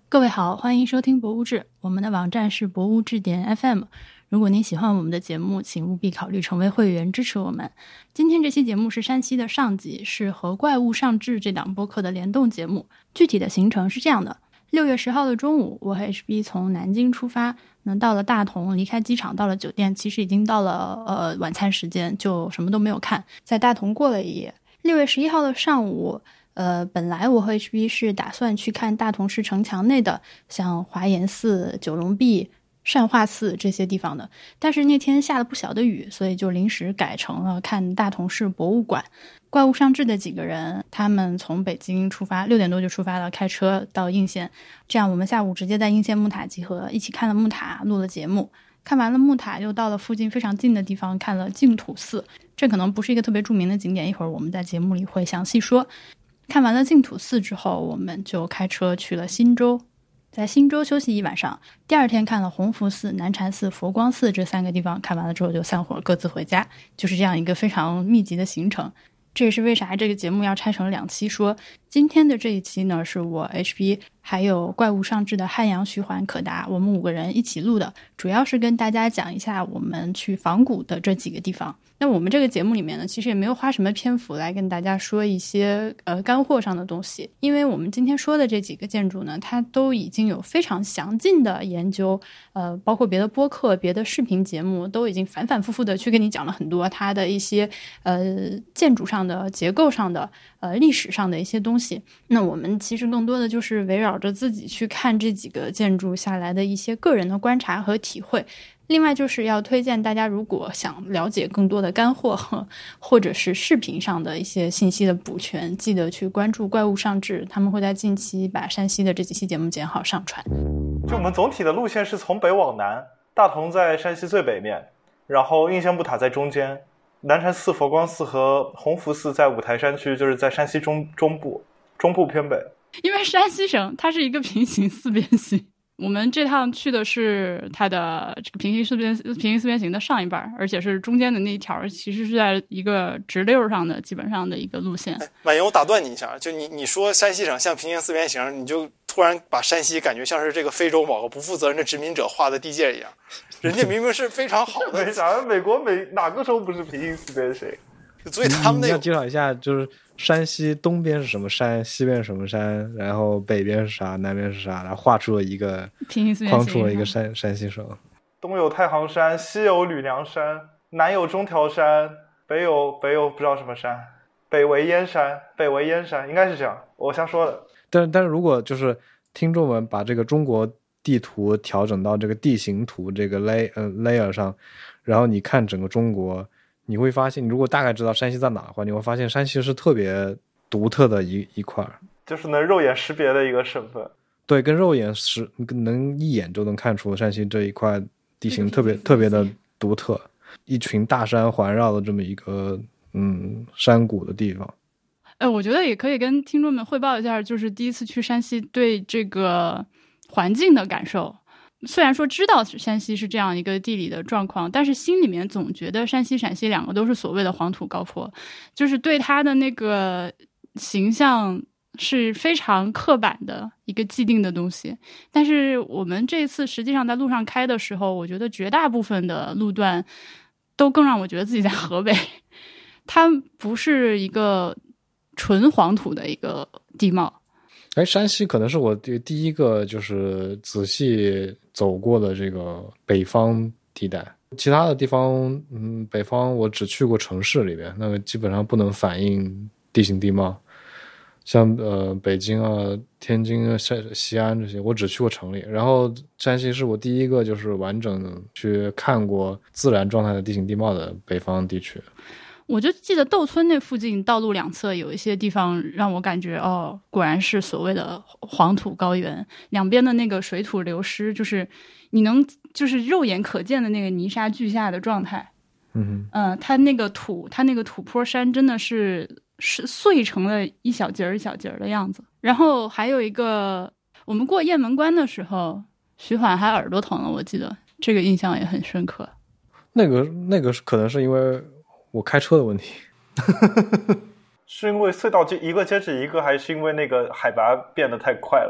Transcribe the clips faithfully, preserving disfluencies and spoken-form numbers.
各位好，欢迎收听博物志，我们的网站是博物志点 F M。如果您喜欢我们的节目，请务必考虑成为会员支持我们。今天这期节目是山西的上集，是和怪物上志这档播客的联动节目。具体的行程是这样的：六月十号的中午，我和 H B 从南京出发，那到了大同，离开机场到了酒店，其实已经到了呃晚餐时间，就什么都没有看，在大同过了一夜。六月十一号的上午，呃，本来我和 H B 是打算去看大同市城墙内的像华严寺、九龙壁、善化寺这些地方的，但是那天下了不小的雨，所以就临时改成了看大同市博物馆。怪物上志的几个人，他们从北京出发，六点多就出发了，开车到应县，这样我们下午直接在应县木塔集合，一起看了木塔，录了节目。看完了木塔，又到了附近非常近的地方看了净土寺，这可能不是一个特别著名的景点，一会儿我们在节目里会详细说。看完了净土寺之后，我们就开车去了新州，在新州休息一晚上。第二天看了弘福寺、南禅寺、佛光寺这三个地方，看完了之后就散伙各自回家，就是这样一个非常密集的行程。这也是为啥这个节目要拆成两期说。今天的这一期呢，是我 H B 还有怪物上志的汉阳、徐环、可达，我们五个人一起录的，主要是跟大家讲一下我们去仿古的这几个地方。那我们这个节目里面呢，其实也没有花什么篇幅来跟大家说一些呃干货上的东西，因为我们今天说的这几个建筑呢，它都已经有非常详尽的研究，呃，包括别的播客、别的视频节目都已经反反复复的去跟你讲了很多它的一些呃建筑上的、结构上的、呃历史上的一些东西。那我们其实更多的就是围绕着自己去看这几个建筑下来的一些个人的观察和体会。另外就是要推荐大家，如果想了解更多的干货或者是视频上的一些信息的补全，记得去关注怪物上志，他们会在近期把山西的这几期节目剪好上传。 就我们总体的路线是从北往南，大同在山西最北面，然后应县木塔在中间，南禅寺、佛光寺和弘福寺在五台山区，就是在山西中中部中部偏北。 因为山西省它是一个平行四边形，我们这趟去的是它的这个平行四边平行四边形的上一半，而且是中间的那一条其实是在一个直溜上的基本上的一个路线。 婉莹，我打断你一下，就你你说山西省像平行四边形，你就突然把山西感觉像是这个非洲某个不负责任的殖民者画的地界一样，人家明明是非常好的。 没啥，美国美哪个州不是平行四边形？ 所以他们那个、嗯、要介绍一下，就是山西东边是什么山，西边是什么山，然后北边是啥，南边是啥，然后画出了一个框出了一个山山西省。 东有太行山，西有吕梁山，南有中条山，北有北有不知道什么山，北为燕山，北为燕山，应该是这样，我瞎说的。 但但是如果就是听众们把这个中国地图调整到这个地形图这个 lay 呃 layer 上，然后你看整个中国。你会发现，你如果大概知道山西在哪的话，你会发现山西是特别独特的一一块， 就是能肉眼识别的一个省份。 对，跟肉眼识能一眼就能看出山西这一块地形特别特别的独特，一群大山环绕的这么一个嗯山谷的地方。 呃，我觉得也可以跟听众们汇报一下，就是第一次去山西对这个环境的感受。虽然说知道山西是这样一个地理的状况，但是心里面总觉得山西陕西两个都是所谓的黄土高坡，就是对它的那个形象是非常刻板的一个既定的东西。但是我们这次实际上在路上开的时候，我觉得绝大部分的路段都更让我觉得自己在河北，它不是一个纯黄土的一个地貌。 哎，山西可能是我第一个就是仔细走过的这个北方地带，其他的地方，嗯，北方我只去过城市里边，那个基本上不能反映地形地貌。像呃北京啊、天津啊、西安这些，我只去过城里。然后山西是我第一个就是完整去看过自然状态的地形地貌的北方地区。 我就记得窦村那附近道路两侧有一些地方让我感觉哦，果然是所谓的黄土高原，两边的那个水土流失，就是你能就是肉眼可见的那个泥沙俱下的状态。 嗯嗯，它那个土，它那个土坡山真的是是碎成了一小节儿一小节儿的样子。然后还有一个，我们过雁门关的时候，徐缓还耳朵疼了，我记得这个印象也很深刻。 那个那个可能是因为我开车的问题。 是因为隧道就一个接着一个，还是因为那个海拔变得太快了？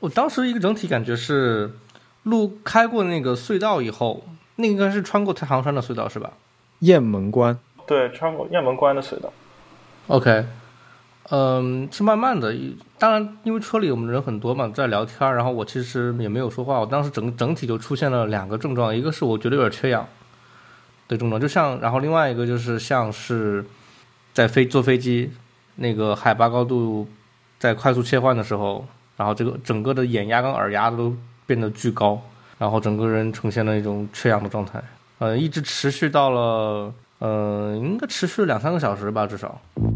我当时一个整体感觉是，路开过那个隧道以后，那个应该是穿过太行山的隧道是吧？ 雁门关， 对，穿过雁门关的隧道。 OK， 嗯，是慢慢的，当然因为车里我们人很多嘛，在聊天，然后我其实也没有说话，我当时整整体就出现了两个症状，一个是我觉得有点缺氧的症状，就像，然后另外一个就是像是在飞坐飞机那个海拔高度在快速切换的时候，然后这个整个的眼压跟耳压都变得巨高，然后整个人呈现了一种缺氧的状态，呃，一直持续到了，呃，应该持续了两三个小时吧，至少。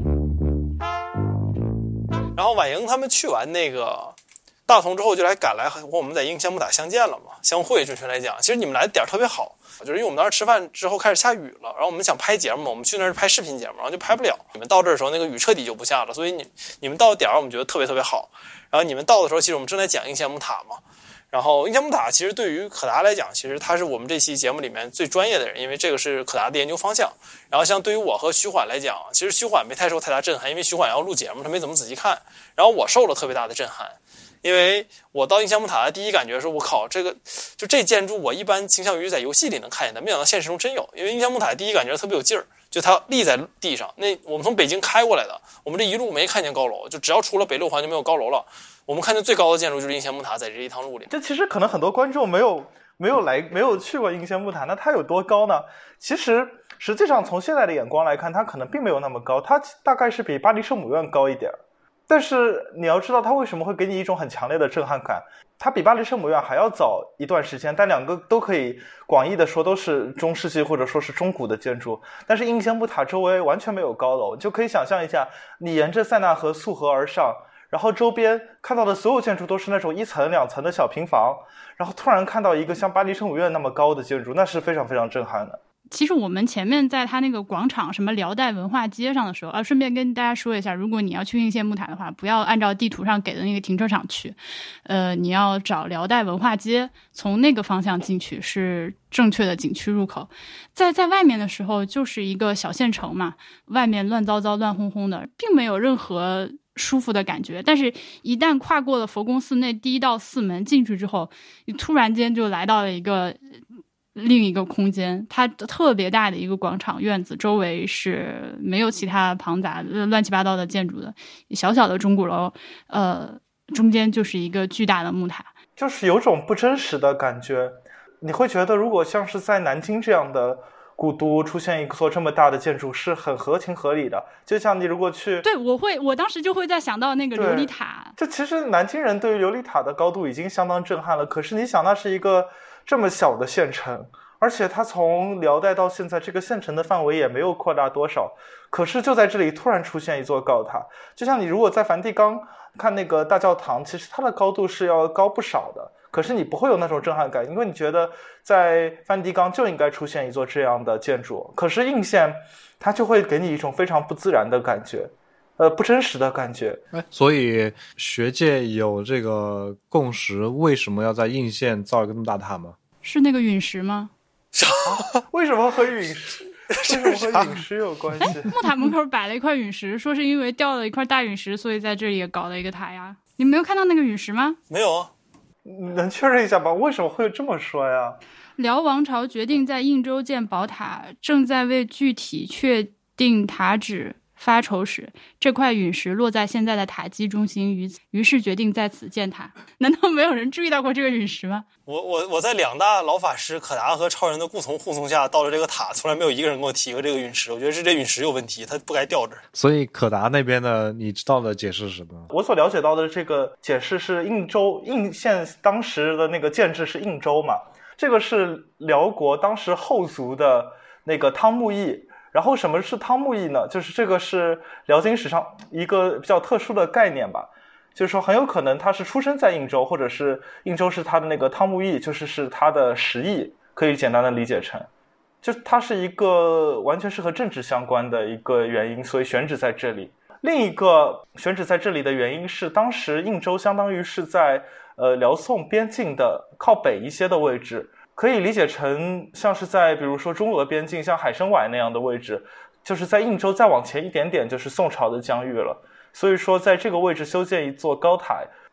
然后婉莹他们去完那个大同之后，就来赶来和我们在应仙木塔相见了嘛，相会。准确来讲，其实你们来的点特别好，就是因为我们当时吃饭之后开始下雨了，然后我们想拍节目，我们去那儿拍视频节目，然后就拍不了。你们到这儿的时候，那个雨彻底就不下了，所以你你们到的点儿我们觉得特别特别好。然后你们到的时候，其实我们正在讲应仙木塔嘛。然后应仙木塔其实对于可达来讲，其实他是我们这期节目里面最专业的人，因为这个是可达的研究方向。然后像对于我和徐缓来讲，其实徐缓没太受太大震撼，因为徐缓要录节目，他没怎么仔细看。然后我受了特别大的震撼，因为我到应仙木塔的第一感觉是，我靠，这个就这建筑我一般倾向于在游戏里能看见的，没想到现实中真有。因为应仙木塔第一感觉特别有劲儿，就它立在地上。那我们从北京开过来的，我们这一路没看见高楼，就只要出了北六环就没有高楼了。我们看见最高的建筑就是应仙木塔，在这一趟路里。 这其实可能很多观众没有没有来没有去过应仙木塔，那它有多高呢？其实实际上从现在的眼光来看，它可能并没有那么高，它大概是比巴黎圣母院高一点。但是你要知道它为什么会给你一种很强烈的震撼感，它比巴黎圣母院还要早一段时间，但两个都可以广义的说都是中世纪或者说是中古的建筑。但是应仙木塔周围完全没有高楼，就可以想象一下，你沿着塞纳河溯河而上，然后周边看到的所有建筑都是那种一层两层的小平房，然后突然看到一个像巴黎圣母院那么高的建筑，那是非常非常震撼的。 其实我们前面在他那个广场什么辽代文化街上的时候啊，顺便跟大家说一下，如果你要去应仙木塔的话，不要按照地图上给的那个停车场去，呃，你要找辽代文化街，从那个方向进去是正确的景区入口。在在外面的时候就是一个小县城嘛，外面乱糟糟乱哄哄的，并没有任何舒服的感觉。但是一旦跨过了佛宫寺那第一道寺门进去之后，你突然间就来到了一个另一个空间，它特别大的一个广场院子，周围是没有其他庞杂乱七八糟的建筑的，小小的钟鼓楼，呃，中间就是一个巨大的木塔， 就是有种不真实的感觉。你会觉得如果像是在南京这样的古都出现一座这么大的建筑是很合情合理的，就像你如果去， 对，我会我当时就会在想到那个琉璃塔。 就其实南京人对于琉璃塔的高度已经相当震撼了，可是你想那是一个这么小的县城，而且它从辽代到现在这个县城的范围也没有扩大多少，可是就在这里突然出现一座高塔。就像你如果在梵蒂冈看那个大教堂，其实它的高度是要高不少的，可是你不会有那种震撼感，因为你觉得在梵蒂冈就应该出现一座这样的建筑，可是应县它就会给你一种非常不自然的感觉，呃，不真实的感觉。 哎，所以学界有这个共识，为什么要在应县造一个那么大塔吗？ 是那个陨石吗？ 为什么和陨石？为什么和陨石有关系？ 木塔门口摆了一块陨石，说是因为掉了一块大陨石，所以在这里也搞了一个塔呀。你没有看到那个陨石吗？ 没有啊。 能确认一下吧？为什么会这么说呀？ 辽王朝决定在应州建宝塔，正在为具体确定塔址发愁时，这块陨石落在现在的塔基中心，于于是决定在此建塔。难道没有人注意到过这个陨石吗？ 我我我在两大老法师可达和超人的顾从护送下到了这个塔，从来没有一个人跟我提过这个陨石。我觉得是这陨石有问题，它不该掉这儿。 所以可达那边的你知道的解释是什么？ 我所了解到的这个解释是应州应县当时的那个建制是应州嘛，这个是辽国当时后族的那个汤沐邑。然后什么是汤沐邑呢？就是这个是辽金史上一个比较特殊的概念吧，就是说很有可能他是出生在应州，或者是应州是他的那个汤沐邑，就是是他的实邑，可以简单的理解成，就它是一个完全是和政治相关的一个原因，所以选址在这里。另一个选址在这里的原因是，当时应州相当于是在呃辽宋边境的靠北一些的位置。可以理解成像是在比如说中俄边境像海参崴那样的位置，就是在应州再往前一点点就是宋朝的疆域了。所以说在这个位置修建一座高塔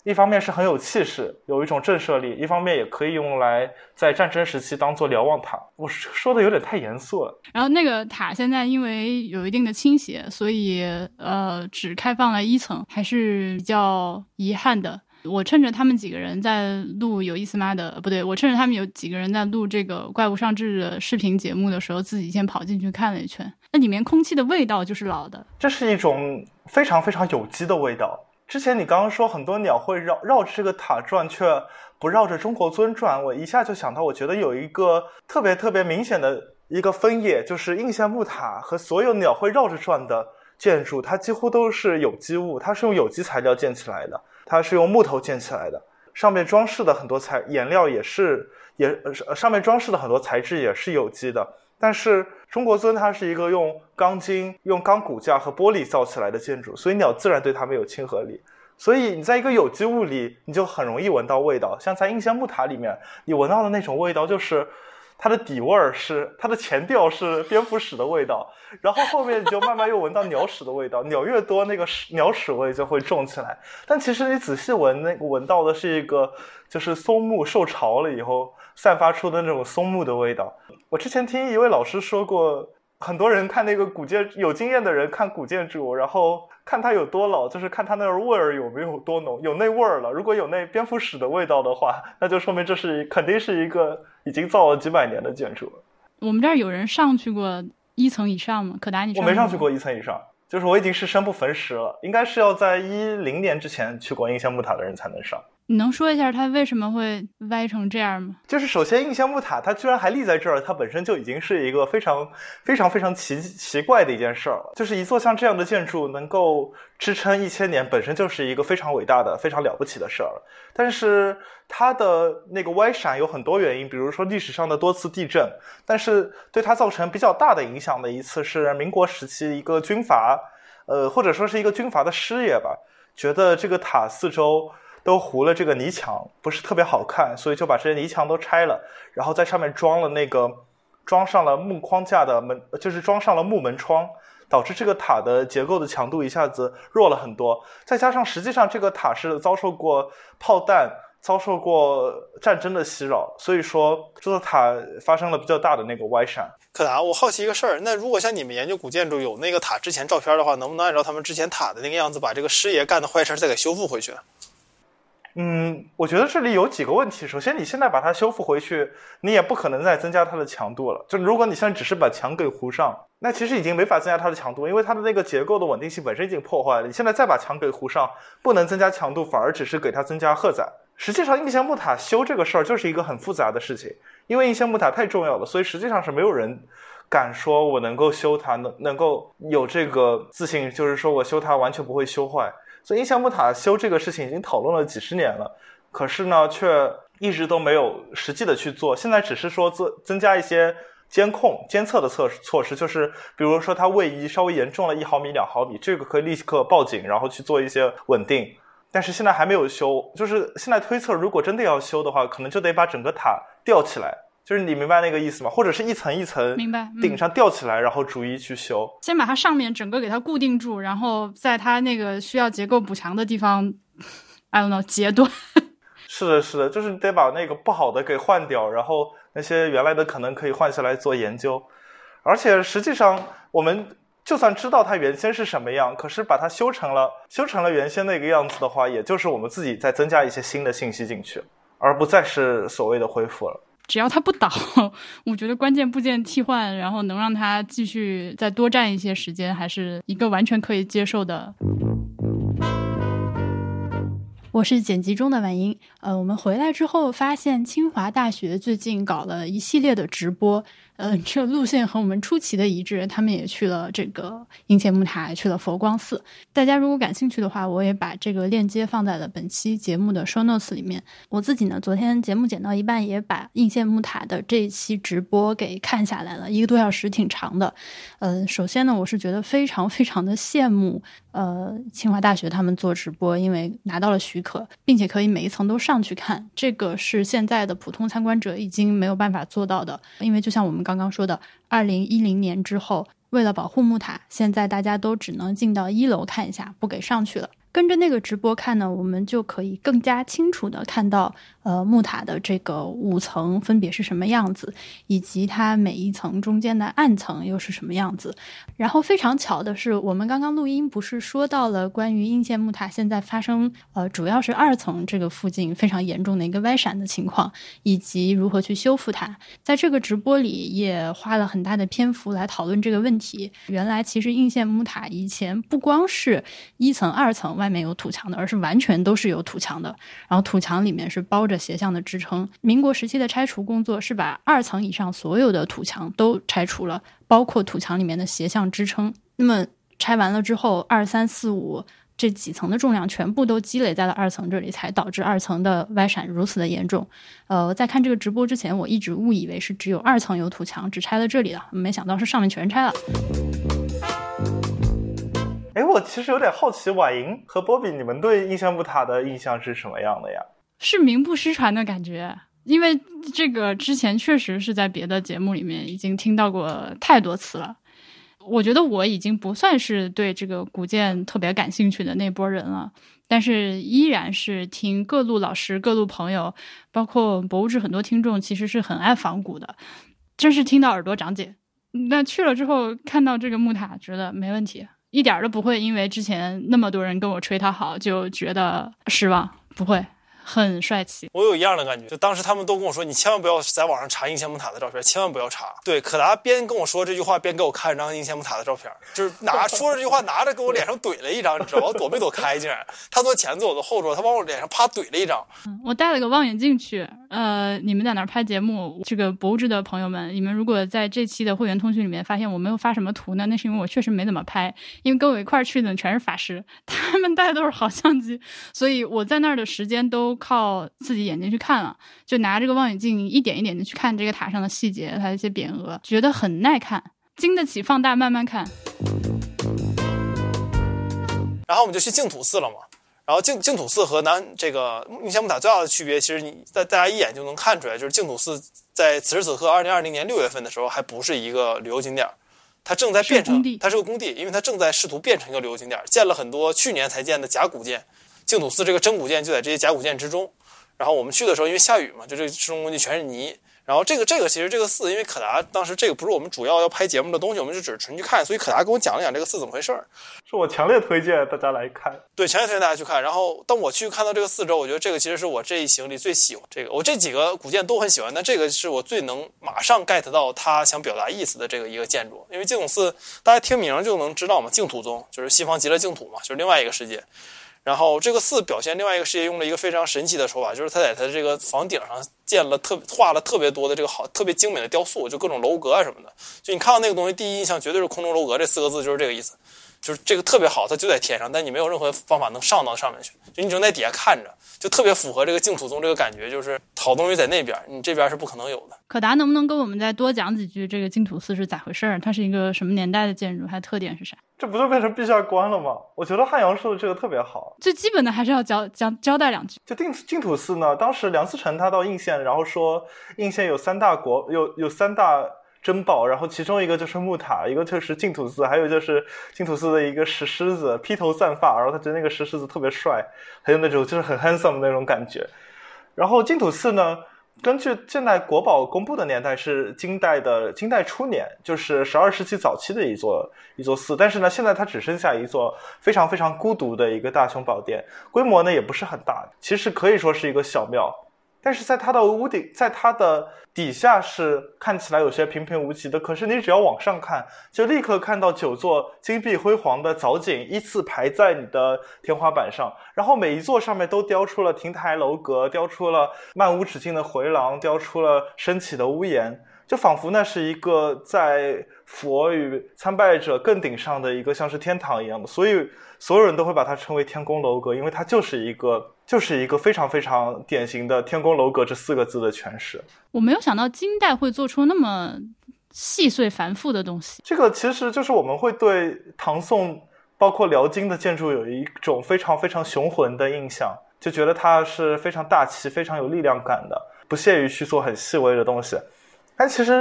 一方面是很有气势，有一种震慑力，一方面也可以用来在战争时期当做瞭望塔。我说的有点太严肃了。 然后那个塔现在因为有一定的倾斜，所以呃只开放了一层，还是比较遗憾的。我趁着他们几个人在录有意思吗的，不对，我趁着他们有几个人在录这个怪物上志的视频节目的时候，自己先跑进去看了一圈。那里面空气的味道就是老的， 这是一种非常非常有机的味道。之前你刚刚说很多鸟会绕绕着这个塔转，却不绕着中国尊转，我一下就想到，我觉得有一个特别特别明显的一个分野，就是应县木塔和所有鸟会绕着转的建筑，它几乎都是有机物，它是用有机材料建起来的，它是用木头建起来的，上面装饰的很多材颜料也是也上面装饰的很多材质也是有机的。但是中国尊它是一个用钢筋、用钢骨架和玻璃造起来的建筑，所以鸟自然对它们有亲和力。所以你在一个有机物里，你就很容易闻到味道。像在应县木塔里面，你闻到的那种味道，就是它的底味儿是它的前调是蝙蝠屎的味道，然后后面你就慢慢又闻到鸟屎的味道，鸟越多，那个鸟屎味就会重起来。但其实你仔细闻，那个闻到的是一个就是松木受潮了以后散发出的那种松木的味道。我之前听一位老师说过，很多人看那个古建，有经验的人看古建筑，然后看它有多老，就是看它那味儿有没有多浓，有那味儿了，如果有那蝙蝠屎的味道的话，那就说明这是肯定是一个已经造了几百年的建筑。 我们这儿有人上去过一层以上吗？可达你上去过？ 我没上去过一层以上，就是我已经是生不逢时了，应该是要在一零年之前去过应县木塔的人才能上。 你能说一下它为什么会歪成这样吗？ 就是首先应县木塔它居然还立在这儿，它本身就已经是一个非常非常非常奇奇怪的一件事儿了。就是一座像这样的建筑能够支撑一千年，本身就是一个非常伟大的非常了不起的事儿了。但是它的那个歪闪有很多原因，比如说历史上的多次地震，但是对它造成比较大的影响的一次是民国时期一个军阀呃，或者说是一个军阀的师爷吧，觉得这个塔四周都糊了这个泥墙，不是特别好看，所以就把这些泥墙都拆了，然后在上面装了那个装上了木框架的门，就是装上了木门窗，导致这个塔的结构的强度一下子弱了很多。再加上实际上这个塔是遭受过炮弹、遭受过战争的袭扰，所以说这座塔发生了比较大的那个歪闪。 可达，我好奇一个事儿，那如果像你们研究古建筑有那个塔之前照片的话，能不能按照他们之前塔的那个样子，把这个师爷干的坏事再给修复回去？ 嗯，我觉得这里有几个问题。首先，你现在把它修复回去，你也不可能再增加它的强度了。就如果你现在只是把墙给糊上，那其实已经没法增加它的强度，因为它的那个结构的稳定性本身已经破坏了。你现在再把墙给糊上，不能增加强度，反而只是给它增加荷载。实际上，应县木塔修这个事儿就是一个很复杂的事情，因为应县木塔太重要了，所以实际上是没有人敢说我能够修它，能能够有这个自信，就是说我修它完全不会修坏。所以应县木塔修这个事情已经讨论了几十年了，可是呢却一直都没有实际的去做。现在只是说增增加一些监控监测的措措施，就是比如说它位移稍微严重了一毫米两毫米，这个可以立刻报警，然后去做一些稳定。但是现在还没有修，就是现在推测如果真的要修的话，可能就得把整个塔吊起来，就是你明白那个意思吗？或者是一层一层明白、嗯、 顶上吊起来，然后逐一去修， 先把它上面整个给它固定住，然后在它那个需要结构补强的地方 I don't know 截断。 是的是的，就是你得把那个不好的给换掉，然后那些原来的可能可以换下来做研究。而且实际上我们就算知道它原先是什么样，可是把它修成了修成了原先那个样子的话，也就是我们自己再增加一些新的信息进去，而不再是所谓的恢复了。 只要它不倒，我觉得关键部件替换，然后能让它继续再多占一些时间，还是一个完全可以接受的。我是剪辑中的婉莹，呃，我们回来之后发现清华大学最近搞了一系列的直播，呃，这个路线和我们出奇的一致，他们也去了这个应县木塔，去了佛光寺。大家如果感兴趣的话，我也把这个链接放在了本期节目的 show notes 里面。我自己呢，昨天节目剪到一半，也把应县木塔的这一期直播给看下来了，一个多小时，挺长的。呃，首先呢，我是觉得非常非常的羡慕，呃，清华大学他们做直播，因为拿到了许可，并且可以每一层都上去看，这个是现在的普通参观者已经没有办法做到的。因为就像我们刚刚说的，二零一零年之后，为了保护木塔，现在大家都只能进到一楼看一下，不给上去了。 跟着那个直播看呢，我们就可以更加清楚的看到呃木塔的这个五层分别是什么样子，以及它每一层中间的暗层又是什么样子。然后非常巧的是，我们刚刚录音不是说到了关于应县木塔现在发生呃主要是二层这个附近非常严重的一个歪闪的情况，以及如何去修复它。在这个直播里也花了很大的篇幅来讨论这个问题。原来其实应县木塔以前不光是一层二层外面有土墙的，而是完全都是有土墙的，然后土墙里面是包着斜向的支撑。民国时期的拆除工作是把二层以上所有的土墙都拆除了，包括土墙里面的斜向支撑。那么拆完了之后，二三四五这几层的重量全部都积累在了二层这里，才导致二层的歪闪如此的严重。呃，在看这个直播之前，我一直误以为是只有二层有土墙，只拆了这里了，没想到是上面全拆了。 哎，我其实有点好奇，婉莹和波比，你们对应县木塔的印象是什么样的呀？ 是名不虚传的感觉，因为这个之前确实是在别的节目里面已经听到过太多次了。我觉得我已经不算是对这个古建特别感兴趣的那波人了，但是依然是听各路老师、各路朋友，包括博物志很多听众其实是很爱仿古的，真是听到耳朵长茧。那去了之后看到这个木塔，觉得没问题，一点都不会因为之前那么多人跟我吹它好就觉得失望，不会，很帅气。 我有一样的感觉，就当时他们都跟我说，你千万不要在网上查应县木塔的照片，千万不要查。对，可达边跟我说这句话，边给我看一张应县木塔的照片，就是拿说着这句话，拿着给我脸上怼了一张，你知道吗？我躲没躲开竟然。他坐前座，我坐后座，他往我脸上啪怼了一张。 嗯，我带了个望远镜去，呃，你们在那儿拍节目，这个博物志的朋友们，你们如果在这期的会员通讯里面发现我没有发什么图呢，那是因为我确实没怎么拍，因为跟我一块儿去的全是法师，他们带的都是好相机，所以我在那儿的时间都靠自己眼睛去看了，就拿这个望远镜一点一点的去看这个塔上的细节，它的一些匾额，觉得很耐看，经得起放大慢慢看。 然后我们就去净土寺了嘛。然后净净土寺和南这个应县木塔最大的区别，其实你在大家一眼就能看出来，就是净土寺在此时此刻二零二零年六月份的时候还不是一个旅游景点，它正在变成，它是个工地，因为它正在试图变成一个旅游景点，建了很多去年才建的假古建。净土寺这个真古建就在这些假古建之中。然后我们去的时候，因为下雨嘛，就这个施工工地全是泥。然后这个这个其实这个寺，因为可达当时这个不是我们主要要拍节目的东西，我们就只是纯去看，所以可达跟我讲了讲这个寺怎么回事。 是我强烈推荐大家来看， 对，强烈推荐大家去看。然后当我去看到这个寺之后，我觉得这个其实是我这一行里最喜欢这个，我这几个古建都很喜欢，但这个是我最能马上 get 到他想表达意思的这个一个建筑。因为净土寺大家听名就能知道嘛，净土宗就是西方极乐净土嘛，就是另外一个世界。然后这个寺表现另外一个世界，用了一个非常神奇的手法，就是他在他的这个房顶上建了特画了特别多的这个好特别精美的雕塑，就各种楼阁啊什么的。就你看到那个东西，第一印象绝对是空中楼阁这四个字就是这个意思，就是这个特别好，它就在天上，但你没有任何方法能上到上面去，就你只能在底下看着，就特别符合这个净土宗这个感觉，就是好东西在那边，你这边是不可能有的。 可达能不能跟我们再多讲几句这个净土寺是咋回事？它是一个什么年代的建筑，它的特点是啥？ 这不就变成陛下观了吗？我觉得汉阳说的这个特别好， 最基本的还是要交交交代两句。 就净净土寺呢，当时梁思成他到应县，然后说应县有三大国，有有三大珍宝，然后其中一个就是木塔，一个就是净土寺，还有就是净土寺的一个石狮子，披头散发，然后他觉得那个石狮子特别帅，很有那种就是很 handsome 的那种感觉。然后净土寺呢，根据现代国宝公布的年代是金代的金代初年，就是十二世纪早期的一座一座寺，但是呢，现在它只剩下一座非常非常孤独的一个大雄宝殿，规模呢也不是很大，其实可以说是一个小庙。但是在它的屋顶，在它的底下是看起来有些平平无奇的，可是你只要往上看，就立刻看到九座金碧辉煌的藻井依次排在你的天花板上，然后每一座上面都雕出了亭台楼阁，雕出了漫无止境的回廊，雕出了升起的屋檐，就仿佛那是一个在佛与参拜者更顶上的一个像是天堂一样的，所以所有人都会把它称为天宫楼阁，因为它就是一个就是一个非常非常典型的天宫楼阁这四个字的诠释。 我没有想到金代会做出那么细碎繁复的东西。 这个其实就是我们会对唐宋包括辽金的建筑有一种非常非常雄浑的印象，就觉得它是非常大气非常有力量感的，不屑于去做很细微的东西。但其实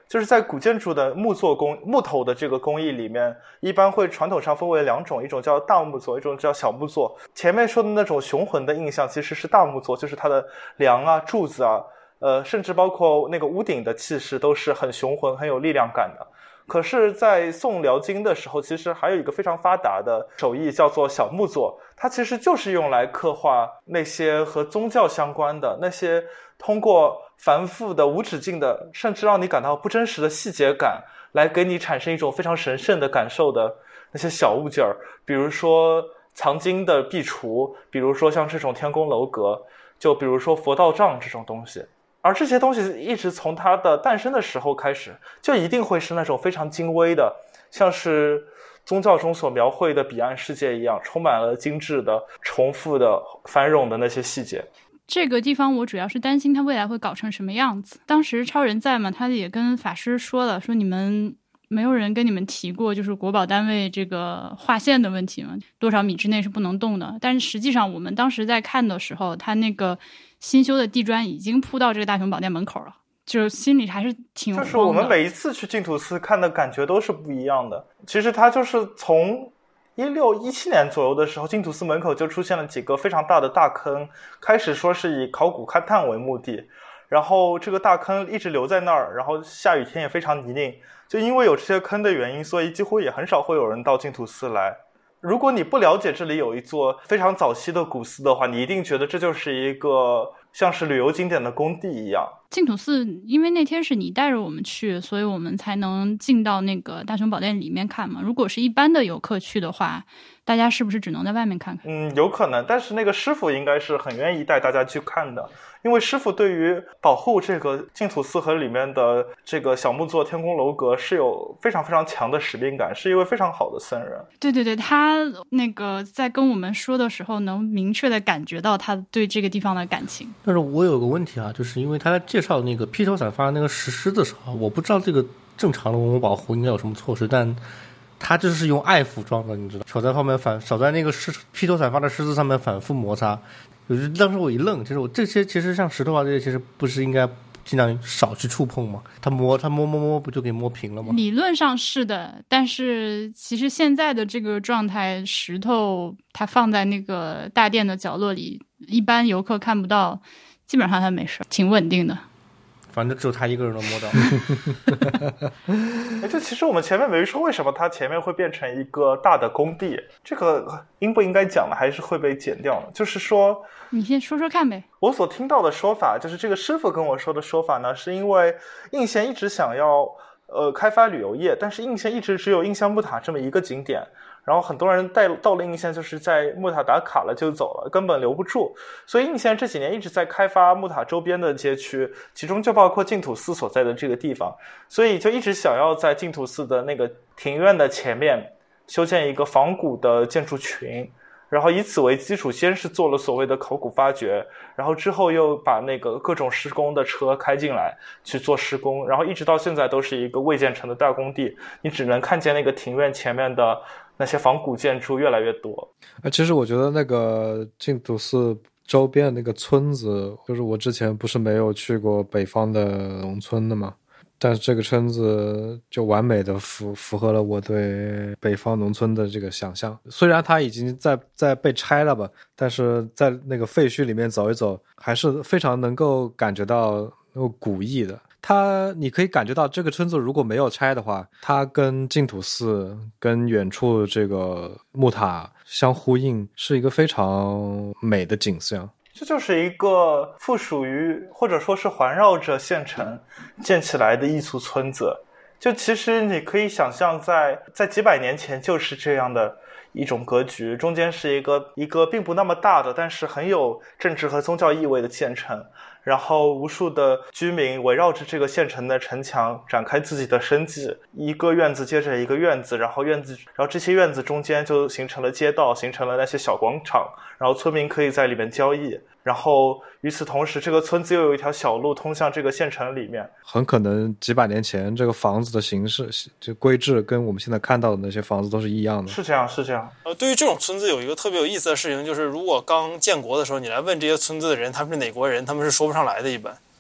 就是在古建筑的木做工木头的这个工艺里面，一般会传统上分为两种，一种叫大木作，一种叫小木作。前面说的那种雄浑的印象其实是大木作，就是它的梁啊柱子啊呃，甚至包括那个屋顶的气势都是很雄浑很有力量感的。可是在宋辽金的时候，其实还有一个非常发达的手艺叫做小木作，它其实就是用来刻画那些和宗教相关的，那些通过繁复的无止境的甚至让你感到不真实的细节感来给你产生一种非常神圣的感受的那些小物件儿，比如说藏经的壁橱，比如说像这种天宫楼阁，就比如说佛道杖这种东西。而这些东西一直从它的诞生的时候开始，就一定会是那种非常精微的，像是宗教中所描绘的彼岸世界一样，充满了精致的、重复的、繁冗的那些细节。 这个地方我主要是担心它未来会搞成什么样子。当时超人在嘛，他也跟法师说了，说你们没有人跟你们提过就是国保单位这个划线的问题嘛，多少米之内是不能动的。但是实际上我们当时在看的时候，他那个新修的地砖已经铺到这个大雄宝殿门口了，就心里还是挺慌的。 就是我们每一次去净土寺看的感觉都是不一样的。其实它就是从一六一七年左右的时候，净土寺门口就出现了几个非常大的大坑，开始说是以考古勘探为目的，然后这个大坑一直留在那儿，然后下雨天也非常泥泞，就因为有这些坑的原因，所以几乎也很少会有人到净土寺来。如果你不了解这里有一座非常早期的古寺的话，你一定觉得这就是一个像是旅游景点的工地一样。 净土寺因为那天是你带着我们去，所以我们才能进到那个大雄宝殿里面看嘛。如果是一般的游客去的话，大家是不是只能在外面看看？ 嗯，有可能，但是那个师傅应该是很愿意带大家去看的，因为师傅对于保护这个净土寺和里面的这个小木作天宫楼阁是有非常非常强的使命感，是一位非常好的僧人。 对对对，他那个在跟我们说的时候能明确的感觉到他对这个地方的感情。 但是我有个问题啊，就是因为他在介绍那个披头散发那个石狮的时候，我不知道这个正常的文物保护应该有什么措施，但他就是用爱服装的，你知道，手在后面反手在那个狮披头散发的狮子上面反复摩擦。就是当时我一愣，就是我这些其实像石头啊这些，其实不是应该尽量少去触碰吗？他摸他摸摸摸不就给摸平了吗？ 理论上是的，但是其实现在的这个状态，石头它放在那个大殿的角落里，一般游客看不到，基本上它没事，挺稳定的。 反正只有他一个人能摸到。 哎，就其实我们前面没说为什么它前面会变成一个大的工地，这个应不应该讲呢？还是会被剪掉呢？就是说， 你先说说看呗。 我所听到的说法，就是这个师傅跟我说的说法呢，是因为应县一直想要呃开发旅游业，但是应县一直只有应香木塔这么一个景点。然后很多人带到了应县，就是在木塔打卡了就走了，根本留不住。所以应县这几年一直在开发木塔周边的街区，其中就包括净土寺所在的这个地方。所以就一直想要在净土寺的那个庭院的前面修建一个仿古的建筑群，然后以此为基础，先是做了所谓的考古发掘，然后之后又把那个各种施工的车开进来去做施工，然后一直到现在都是一个未建成的大工地，你只能看见那个庭院前面的那些仿古建筑越来越多。 呃，其实我觉得那个净土寺周边那个村子，就是我之前不是没有去过北方的农村的嘛，但是这个村子就完美的符符合了我对北方农村的这个想象。虽然它已经在在被拆了吧，但是在那个废墟里面走一走，还是非常能够感觉到那个古意的。它你可以感觉到这个村子如果没有拆的话，它跟净土寺跟远处这个木塔相呼应，是一个非常美的景象。 这就是一个附属于或者说是环绕着县城建起来的异族村子。就其实你可以想象在在几百年前就是这样的一种格局，中间是一个一个并不那么大的，但是很有政治和宗教意味的县城，然后无数的居民围绕着这个县城的城墙展开自己的生计，一个院子接着一个院子，然后院子然后这些院子中间就形成了街道，形成了那些小广场，然后村民可以在里面交易，然后与此同时这个村子又有一条小路通向这个县城里面。 很可能几百年前这个房子的形式就规制跟我们现在看到的那些房子都是一样的。 是这样是这样。 呃，对于这种村子有一个特别有意思的事情，就是如果刚建国的时候你来问这些村子的人他们是哪国人，他们是说不上来的，一般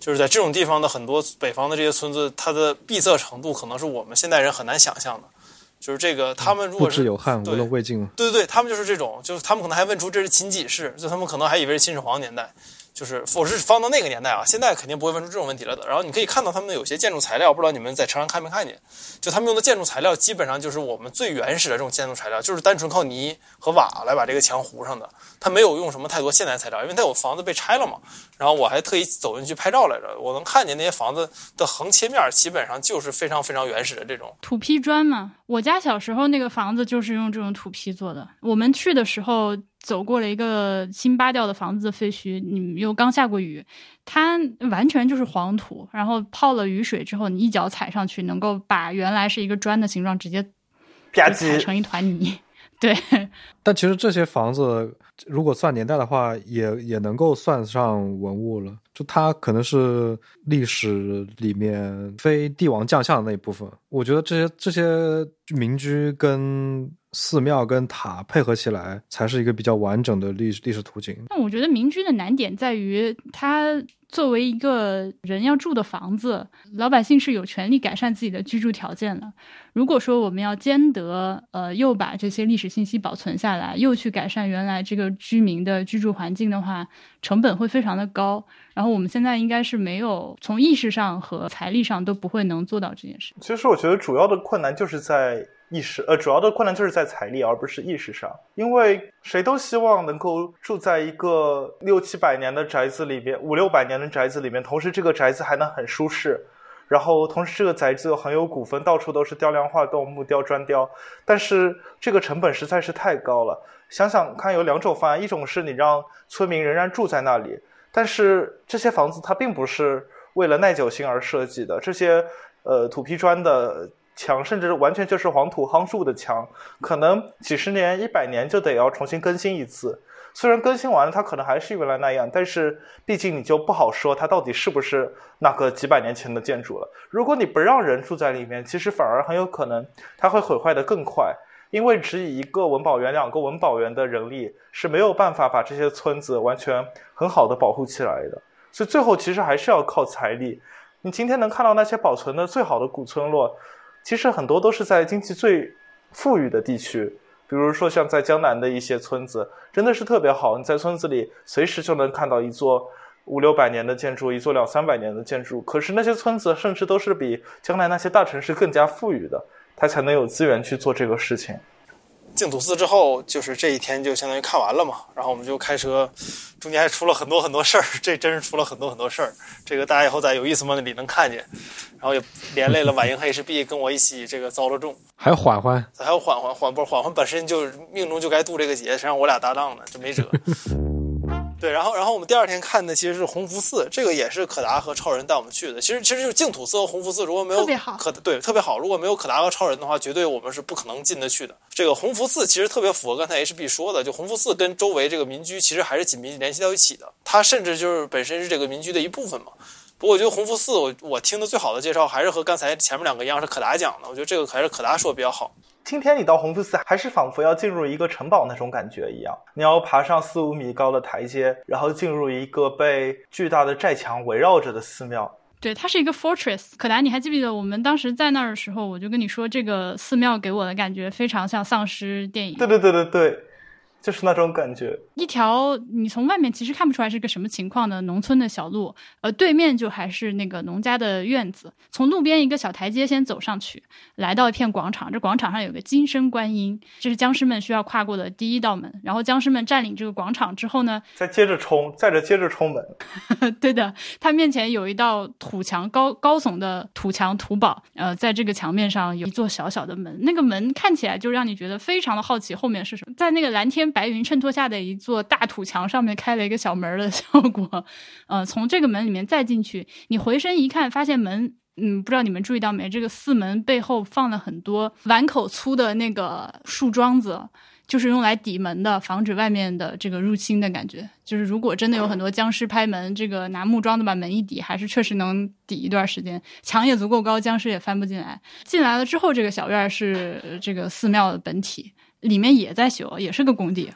就是在这种地方的很多北方的这些村子，它的闭塞程度可能是我们现代人很难想象的。就是这个，他们如果是不知有汉，无论魏晋。 对对对，他们就是这种，就是他们可能还问出这是秦几世，就他们可能还以为是秦始皇年代。就是我是放到那个年代啊，现在肯定不会问出这种问题了的。然后你可以看到他们有些建筑材料，不知道你们在车上看没看见？就他们用的建筑材料基本上就是我们最原始的这种建筑材料，就是单纯靠泥和瓦来把这个墙糊上的。他没有用什么太多现代材料，因为他有房子被拆了嘛。然后我还特意走进去拍照来着，我能看见那些房子的横切面基本上就是非常非常原始的这种土坯砖嘛。我家小时候那个房子就是用这种土坯做的。我们去的时候走过了一个新扒掉的房子的废墟，你又刚下过雨，它完全就是黄土，然后泡了雨水之后，你一脚踩上去，能够把原来是一个砖的形状直接踩成一团泥。对， 但其实这些房子如果算年代的话，也也能够算上文物了。就它可能是历史里面非帝王将相的那一部分。我觉得这些这些民居跟寺庙跟塔配合起来，才是一个比较完整的历史历史图景。 那我觉得民居的难点在于，它作为一个人要住的房子，老百姓是有权利改善自己的居住条件的。如果说我们要兼得呃，又把这些历史信息保存下来，又去改善原来这个居民的居住环境的话，成本会非常的高。然后我们现在应该是没有，从意识上和财力上都不会能做到这件事。 其实我觉得主要的困难就是在意识，呃，主要的困难就是在财力，而不是意识上。因为谁都希望能够住在一个六七百年的宅子里边，五六百年的宅子里面，同时这个宅子还能很舒适，然后同时这个宅子又很有古风，到处都是雕梁画栋、木雕、砖雕，但是这个成本实在是太高了。想想看，有两种方案，一种是你让村民仍然住在那里，但是这些房子它并不是为了耐久性而设计的，这些呃土坯砖的墙甚至完全就是黄土夯筑的墙，可能几十年一百年就得要重新更新一次。虽然更新完了它可能还是原来那样，但是毕竟你就不好说它到底是不是那个几百年前的建筑了。如果你不让人住在里面，其实反而很有可能它会毁坏得更快，因为只以一个文保员两个文保员的人力是没有办法把这些村子完全很好的保护起来的。所以最后其实还是要靠财力。你今天能看到那些保存的最好的古村落，其实很多都是在经济最富裕的地区，比如说像在江南的一些村子真的是特别好，你在村子里随时就能看到一座五六百年的建筑，一座两三百年的建筑。可是那些村子甚至都是比江南那些大城市更加富裕的，它才能有资源去做这个事情。 净土寺之后，就是这一天就相当于看完了嘛，然后我们就开车，中间还出了很多很多事儿，这真是出了很多很多事儿。这个大家以后在有意思吗里能看见，然后也连累了婉莹和 H B 跟我一起这个遭了重， 还有缓缓， 还有缓缓缓不缓缓本身就命中就该渡这个劫，谁让我俩搭档呢，这没辙。对，然后然后我们第二天看的其实是弘福寺，这个也是可达和超人带我们去的。其实其实就是净土寺和弘福寺，如果没有特别好， 可对特别好，如果没有可达和超人的话，绝对我们是不可能进得去的。这个弘福寺其实特别符合刚才 H B 说的，就弘福寺跟周围这个民居其实还是紧密联系到一起的，它甚至就是本身是这个民居的一部分嘛。不过我觉得弘福寺我我听的最好的介绍还是和刚才前面两个一样是可达讲的，我觉得这个还是可达说的比较好。 今天你到弘福寺还是仿佛要进入一个城堡那种感觉一样，你要爬上四五米高的台阶，然后进入一个被巨大的寨墙围绕着的寺庙。 对，它是一个 fortress。 可达，你还记不记得我们当时在那儿的时候，我就跟你说这个寺庙给我的感觉非常像丧尸电影。 对对对对对，就是那种感觉。 一条你从外面其实看不出来是个什么情况的农村的小路，呃，对面就还是那个农家的院子。从路边一个小台阶先走上去，来到一片广场，这广场上有个金身观音，这是僵尸们需要跨过的第一道门。然后僵尸们占领这个广场之后呢， 再接着冲，再着接着冲门。 对的，他面前有一道土墙，高高耸的土墙土堡，呃，在这个墙面上有一座小小的门，那个门看起来就让你觉得非常的好奇后面是什么，在那个蓝天白云衬托下的一座大土墙上面开了一个小门的效果。呃，从这个门里面再进去，你回身一看，发现门嗯，不知道你们注意到没，这个寺门背后放了很多碗口粗的那个树桩子，就是用来抵门的，防止外面的这个入侵的感觉。就是如果真的有很多僵尸拍门，这个拿木桩子把门一抵，还是确实能抵一段时间，墙也足够高，僵尸也翻不进来。进来了之后，这个小院是这个寺庙的本体，里面也在修，也是个工地。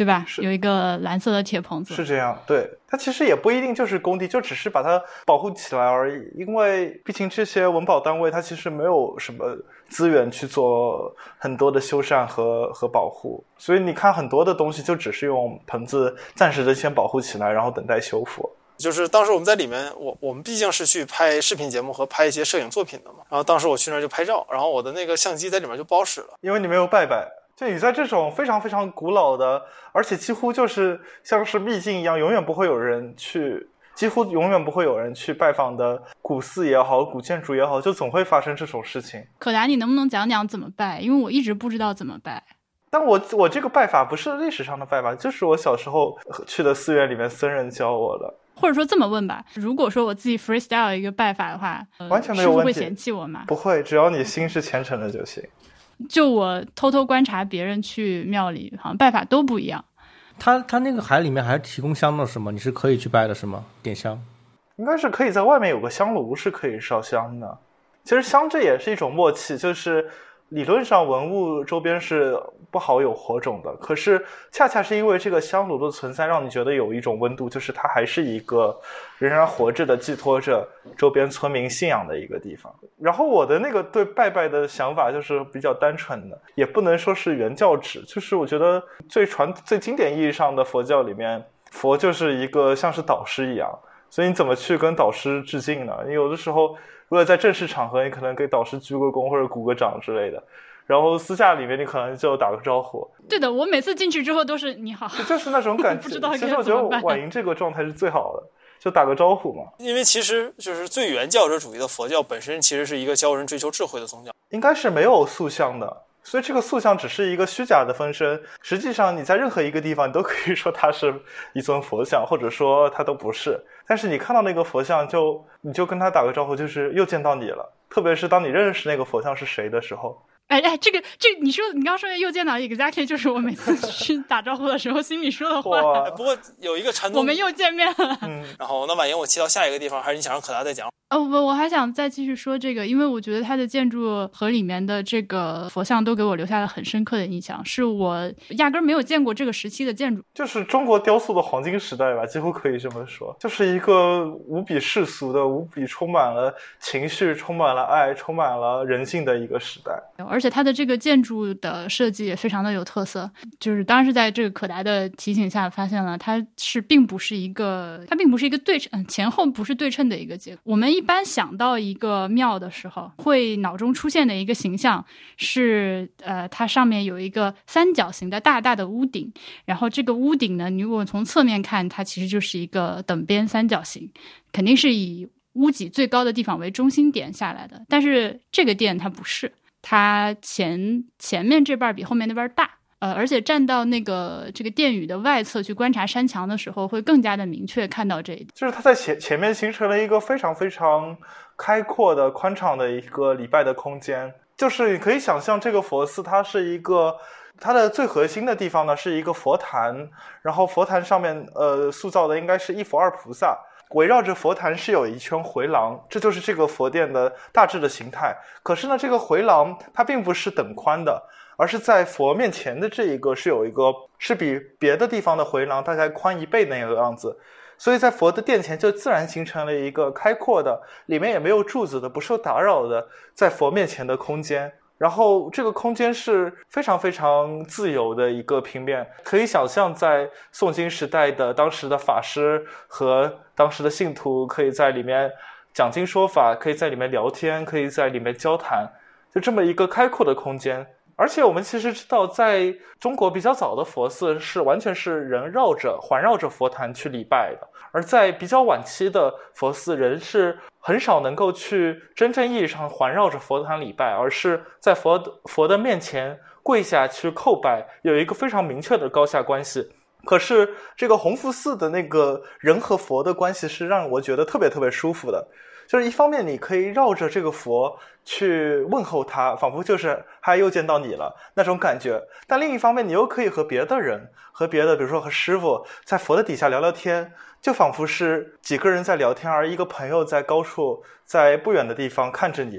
对吧？ 是有一个蓝色的铁棚子。 是这样，对，它其实也不一定就是工地，就只是把它保护起来而已。因为毕竟这些文保单位它其实没有什么资源去做很多的修缮和和保护，所以你看很多的东西就只是用棚子暂时的先保护起来，然后等待修复。 就是当时我们在里面，我我们毕竟是去拍视频节目和拍一些摄影作品的嘛。然后当时我去那儿就拍照，然后我的那个相机在里面就不好使了， 因为你没有拜拜。就你在这种非常非常古老的，而且几乎就是像是秘境一样，永远不会有人去，几乎永远不会有人去拜访的古寺也好，古建筑也好，就总会发生这种事情。 可达，你能不能讲讲怎么拜？因为我一直不知道怎么拜。 但我我这个拜法不是历史上的拜法，就是我小时候去的寺院里面僧人教我的。 或者说这么问吧，如果说我自己 freestyle 一个拜法的话，呃、 完全没有问题。 师父会嫌弃我吗？ 不会，只要你心是虔诚的就行。 就我偷偷观察别人去庙里，好像拜法都不一样。 他他那个海里面还是提供香的是吗？你是可以去拜的是吗？点香应该是可以在外面有个香炉是可以烧香的。其实香这也是一种默契，就是理论上文物周边是不好有火种的，可是恰恰是因为这个香炉的存在，让你觉得有一种温度，就是它还是一个仍然活着的，寄托着周边村民信仰的一个地方。然后我的那个对拜拜的想法就是比较单纯的，也不能说是原教旨，就是我觉得最传最经典意义上的佛教里面，佛就是一个像是导师一样，所以你怎么去跟导师致敬呢？你有的时候如果在正式场合，你可能给导师鞠个躬或者鼓个掌之类的，然后私下里面你可能就打个招呼。 对的，我每次进去之后都是你好， 就是那种感觉。 不知道该其实我觉得婉莹这个状态是最好的，就打个招呼嘛。 因为其实就是最原教旨主义的佛教本身其实是一个教人追求智慧的宗教， 应该是没有塑像的。所以这个塑像只是一个虚假的分身，实际上你在任何一个地方你都可以说它是一尊佛像，或者说它都不是，但是你看到那个佛像就你就跟他打个招呼，就是又见到你了，特别是当你认识那个佛像是谁的时候。 哎哎，这个这你说你刚刚说的又见到 exactly 就是我每次去打招呼的时候心里说的话。 不过有一个传统， 我们又见面了。 嗯， 然后那婉莹我切到下一个地方，还是你想让可达再讲？ 哦不，我还想再继续说这个，因为我觉得它的建筑和里面的这个佛像都给我留下了很深刻的印象，是我压根没有见过这个时期的建筑， 就是中国雕塑的黄金时代吧，几乎可以这么说，就是一个无比世俗的、无比充满了情绪、充满了爱、充满了人性的一个时代。 而且它的这个建筑的设计也非常的有特色，就是当然是在这个可达的提醒下发现了它是并不是一个它并不是一个对称，前后不是对称的一个结构。我们一般想到一个庙的时候，会脑中出现的一个形象是呃，它上面有一个三角形的大大的屋顶，然后这个屋顶呢，你如果从侧面看，它其实就是一个等边三角形，肯定是以屋脊最高的地方为中心点下来的。但是这个殿它不是，它前前面这半比后面那边大，呃，而且站到那个这个殿宇的外侧去观察山墙的时候，会更加的明确看到这一点。 就是它在前前面形成了一个非常非常开阔的、宽敞的一个礼拜的空间。就是你可以想象，这个佛寺它是一个，它的最核心的地方呢是一个佛坛，然后佛坛上面呃塑造的应该是一佛二菩萨。围绕着佛坛是有一圈回廊，这就是这个佛殿的大致的形态。可是呢，这个回廊它并不是等宽的，而是在佛面前的这一个是有一个是比别的地方的回廊大概宽一倍那个样子，所以在佛的殿前就自然形成了一个开阔的，里面也没有柱子的，不受打扰的在佛面前的空间。然后这个空间是非常非常自由的一个平面，可以想象在诵经时代的当时的法师和当时的信徒可以在里面讲经说法，可以在里面聊天，可以在里面交谈，就这么一个开阔的空间。而且我们其实知道，在中国比较早的佛寺是完全是人绕着环绕着佛坛去礼拜的，而在比较晚期的佛寺，人是很少能够去真正意义上环绕着佛坛礼拜，而是在佛的佛的面前跪下去叩拜，有一个非常明确的高下关系。可是这个弘福寺的那个人和佛的关系是让我觉得特别特别舒服的，就是一方面你可以绕着这个佛去问候他，仿佛就是嗨又见到你了那种感觉，但另一方面你又可以和别的人和别的比如说和师父在佛的底下聊聊天，就仿佛是几个人在聊天，而一个朋友在高处在不远的地方看着你，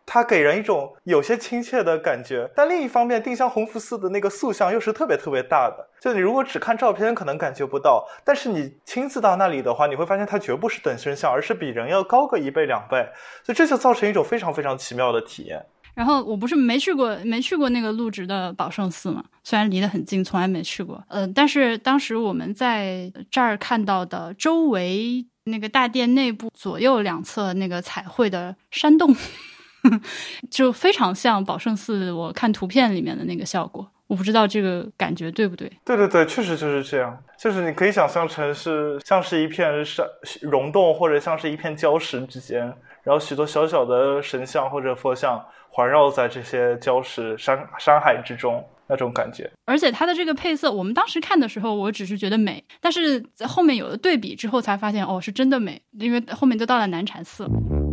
它给人一种有些亲切的感觉，但另一方面定襄弘福寺的那个塑像又是特别特别大的，就你如果只看照片可能感觉不到，但是你亲自到那里的话，你会发现它绝不是等身像，而是比人要高个一倍两倍，所以这就造成一种非常非常奇妙的体验。 然后我不是没去过没去过那个陆直的宝圣寺嘛，虽然离得很近，从来没去过。呃，但是当时我们在这儿看到的周围那个大殿内部左右两侧那个彩绘的山洞，就非常像宝圣寺我看图片里面的那个效果。我不知道这个感觉对不对？ 对对对，确实就是这样，就是你可以想象成是像是一片山溶洞，或者像是一片礁石之间，然后许多小小的神像或者佛像环绕在这些礁石山山海之中，那种感觉。 而且它的这个配色，我们当时看的时候我只是觉得美，但是在后面有了对比之后才发现，哦，是真的美，因为后面就到了南禅寺。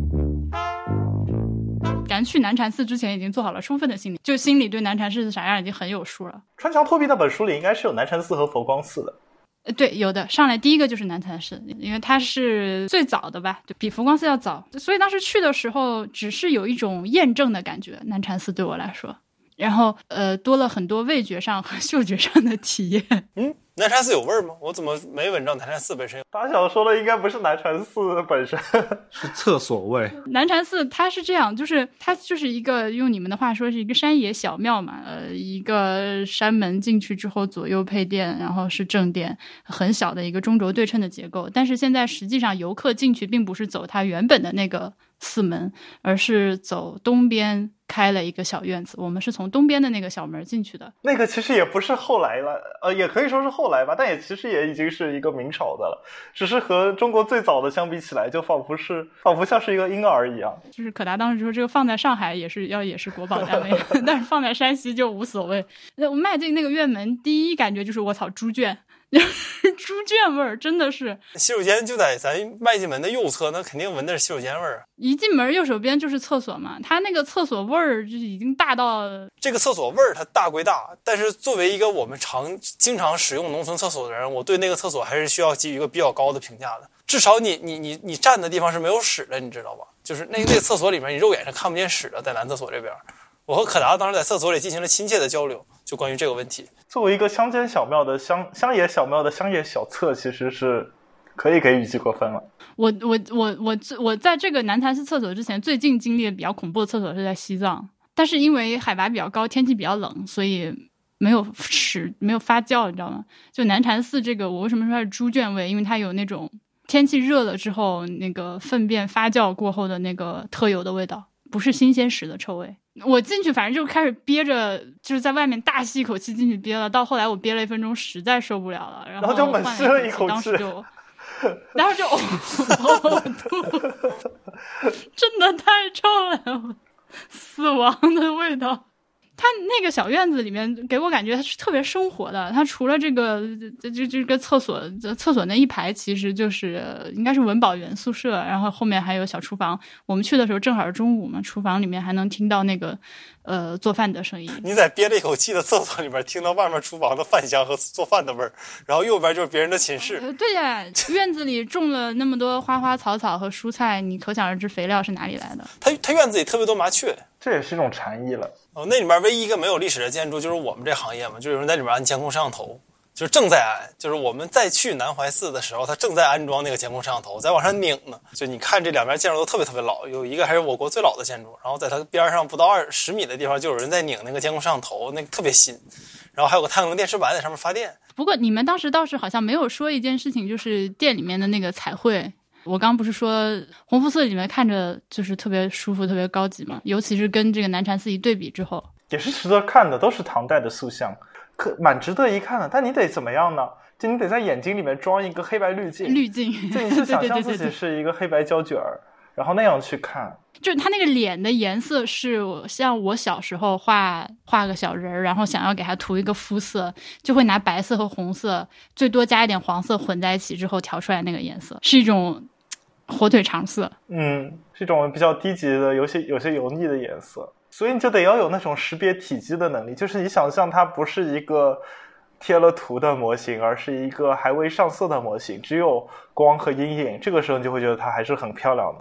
咱去南禅寺之前已经做好了充分的心理，就心里对南禅寺是啥样已经很有数了。 穿墙脱壁那本书里应该是有南禅寺和佛光寺的。 呃，对，有的。上来第一个就是南禅寺，因为它是最早的吧，比佛光寺要早，所以当时去的时候只是有一种验证的感觉，南禅寺对我来说。然后呃，多了很多味觉上和嗅觉上的体验。 嗯，南禅寺有味儿吗？我怎么没闻着南禅寺本身？ 大小说的应该不是南禅寺本身， 是厕所味。 南禅寺它是这样，就是它就是一个用你们的话说是一个山野小庙嘛，呃，一个山门进去之后左右配殿，然后是正殿，很小的一个中轴对称的结构。但是现在实际上游客进去并不是走它原本的那个寺门，而是走东边开了一个小院子，我们是从东边的那个小门进去的。 那个其实也不是后来了，呃，也可以说是后来吧，但也其实也已经是一个明朝的了，只是和中国最早的相比起来，就仿佛是仿佛像是一个婴儿一样。 就是可达当时说这个放在上海也是要也是国宝单位，但是放在山西就无所谓。我迈进那个院门，第一感觉就是我操，猪圈。猪圈味儿真的是， 洗手间就在咱迈进门的右侧，那肯定闻的是洗手间味儿。 一进门右手边就是厕所嘛，它那个厕所味儿就是已经大到， 这个厕所味儿它大归大，但是作为一个我们常经常使用农村厕所的人，我对那个厕所还是需要给予一个比较高的评价的。至少你你你你站的地方是没有屎的，你知道吧？就是那那个厕所里面你肉眼是看不见屎的，在男厕所这边。我和可达当时在厕所里进行了亲切的交流，就关于这个问题。 作为一个乡间小庙的乡乡野小庙的乡野小厕，其实是可以给予及格分了。 我我我我我在这个南禅寺厕所之前，最近经历的比较恐怖的厕所是在西藏，但是因为海拔比较高，天气比较冷，所以没有屎没有发酵，你知道吗？就南禅寺这个，我为什么说它是猪圈味？因为它有那种天气热了之后，那个粪便发酵过后的那个特有的味道，不是新鲜屎的臭味。我进去反正就开始憋着，就是在外面大吸一口气进去憋了，到后来我憋了一分钟实在受不了了，然后, 然后就猛吸了一口气， 当时就当时就呕吐，真的太臭了，死亡的味道。它那个小院子里面给我感觉它是特别生活的，它除了这个这这这个厕所厕所那一排其实就是应该是文保员宿舍，然后后面还有小厨房，我们去的时候正好是中午嘛，厨房里面还能听到那个呃做饭的声音。 你在憋了一口气的厕所里边听到外面厨房的饭香和做饭的味儿，然后右边就是别人的寝室。 呃、对呀，院子里种了那么多花花草草和蔬菜，你可想而知肥料是哪里来的。 它它院子里特别多麻雀， 这也是一种禅意了。 哦，那里面唯一一个没有历史的建筑就是我们这行业嘛，就有人在里面安监控摄像头，就是正在安，就是我们在去南怀寺的时候，他正在安装那个监控摄像头，在往上拧呢。就你看这两边建筑都特别特别老，有一个还是我国最老的建筑，然后在它边上不到二十米的地方就有人在拧那个监控摄像头，那个特别新。然后还有个太阳能电池板在上面发电。 不过你们当时倒是好像没有说一件事情，就是店里面的那个彩绘。我刚不是说弘福寺里面看着就是特别舒服特别高级嘛，尤其是跟这个南禅寺一对比之后， 也是值得看的，都是唐代的塑像，可蛮值得一看的。但你得怎么样呢？就你得在眼睛里面装一个黑白滤镜， 滤镜， 就你是想象自己是一个黑白胶卷儿，然后那样去看。 就是他那个脸的颜色是像我小时候画画个小人，然后想要给他涂一个肤色，就会拿白色和红色最多加一点黄色混在一起之后调出来那个颜色，是一种火腿肠色。 嗯，是一种比较低级的有些有些油腻的颜色，所以你就得要有那种识别体积的能力，就是你想象它不是一个贴了图的模型，而是一个还未上色的模型，只有光和阴影，这个时候你就会觉得它还是很漂亮的。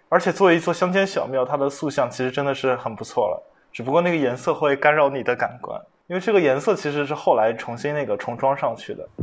而且作为一座乡间小庙，它的塑像其实真的是很不错了，只不过那个颜色会干扰你的感官，因为这个颜色其实是后来重新那个重装上去的。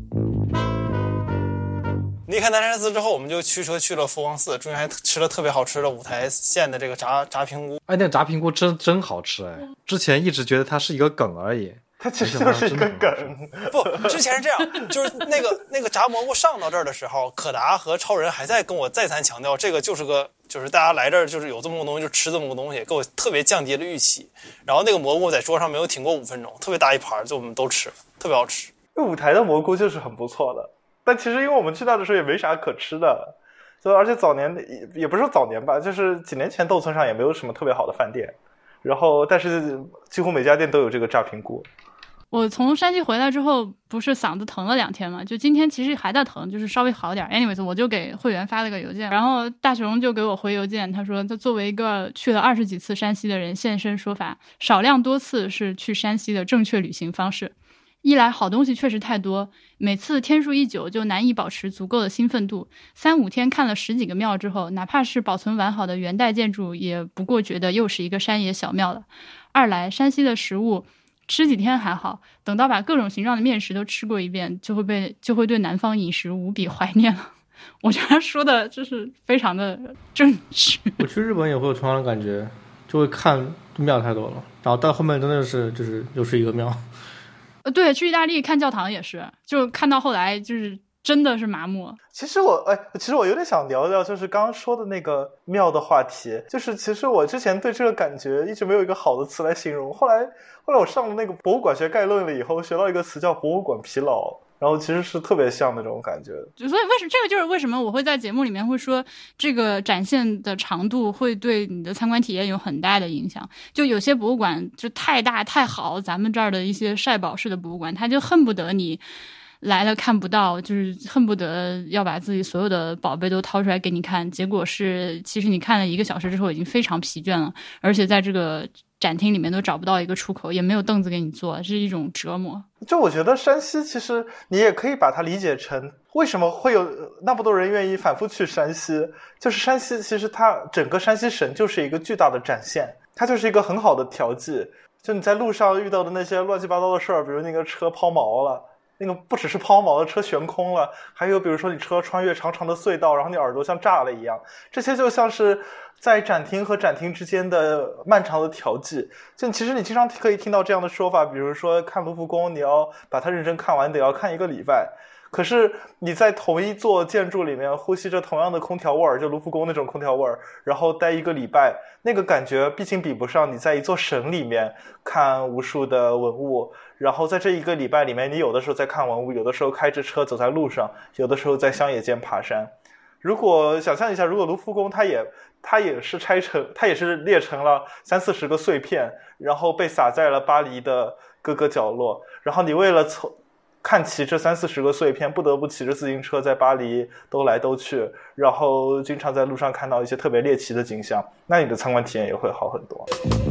离开南山寺之后，我们就驱车去了佛光寺，中间还吃了特别好吃的五台县的这个炸炸平菇。 哎，那个炸平菇真真好吃哎！之前一直觉得它是一个梗而已， 它其实就是一个梗。 不，之前是这样，就是那个那个炸蘑菇上到这儿的时候，可达和超人还在跟我再三强调，这个就是个就是大家来这儿就是有这么个东西就吃这么个东西，给我特别降低了预期。然后那个蘑菇在桌上没有挺过五分钟，特别大一盘，就我们都吃了，特别好吃。 五台的蘑菇就是很不错的。但其实因为我们去那的时候也没啥可吃的，所以而且早年也不是说早年吧，就是几年前窦村上也没有什么特别好的饭店，然后但是几乎每家店都有这个炸平菇。 我从山西回来之后不是嗓子疼了两天嘛，就今天其实还在疼，就是稍微好点。 anyways 我就给会员发了个邮件，然后大熊就给我回邮件，他说他作为一个去了二十几次山西的人现身说法，少量多次是去山西的正确旅行方式。一来好东西确实太多，每次天数一久就难以保持足够的兴奋度，三五天看了十几个庙之后，哪怕是保存完好的元代建筑也不过觉得又是一个山野小庙了。二来山西的食物吃几天还好，等到把各种形状的面食都吃过一遍，就会被就会对南方饮食无比怀念了。我觉得他说的就是非常的正确。 我去日本也会有同样的感觉，就会看庙太多了，然后到后面真的是就是又是一个庙。 呃，对，去意大利看教堂也是，就看到后来就是真的是麻木。 其实我哎，其实我有点想聊聊，就是刚刚说的那个庙的话题，就是其实我之前对这个感觉一直没有一个好的词来形容，后来后来我上了那个博物馆学概论了以后，学到一个词叫博物馆疲劳。然后其实是特别像那种感觉， 所以为什么这个就是为什么我会在节目里面会说这个展现的长度会对你的参观体验有很大的影响。就有些博物馆就太大太好，咱们这儿的一些晒宝式的博物馆，他就恨不得你来了看不到，就是恨不得要把自己所有的宝贝都掏出来给你看，结果是其实你看了一个小时之后已经非常疲倦了，而且在这个展厅里面都找不到一个出口，也没有凳子给你坐，这是一种折磨。 就我觉得山西其实你也可以把它理解成为什么会有那么多人愿意反复去山西，就是山西其实它整个山西省就是一个巨大的展现，它就是一个很好的调剂。就你在路上遇到的那些乱七八糟的事儿，比如那个车抛锚了，那个不只是抛锚的车悬空了，还有比如说你车穿越长长的隧道，然后你耳朵像炸了一样，这些就像是在展厅和展厅之间的漫长的调剂。就其实你经常可以听到这样的说法，比如说看卢浮宫，你要把它认真看完，得要看一个礼拜。可是你在同一座建筑里面呼吸着同样的空调味儿，就卢浮宫那种空调味儿，然后待一个礼拜，那个感觉毕竟比不上你在一座省里面看无数的文物，然后在这一个礼拜里面，你有的时候在看文物，有的时候开着车走在路上，有的时候在乡野间爬山。如果想象一下，如果卢浮宫它也它也是拆成，它也是裂成了三四十个碎片，然后被撒在了巴黎的各个角落，然后你为了从看齐这三四十个碎片，不得不骑着自行车在巴黎兜来兜去，然后经常在路上看到一些特别猎奇的景象，那你的参观体验也会好很多。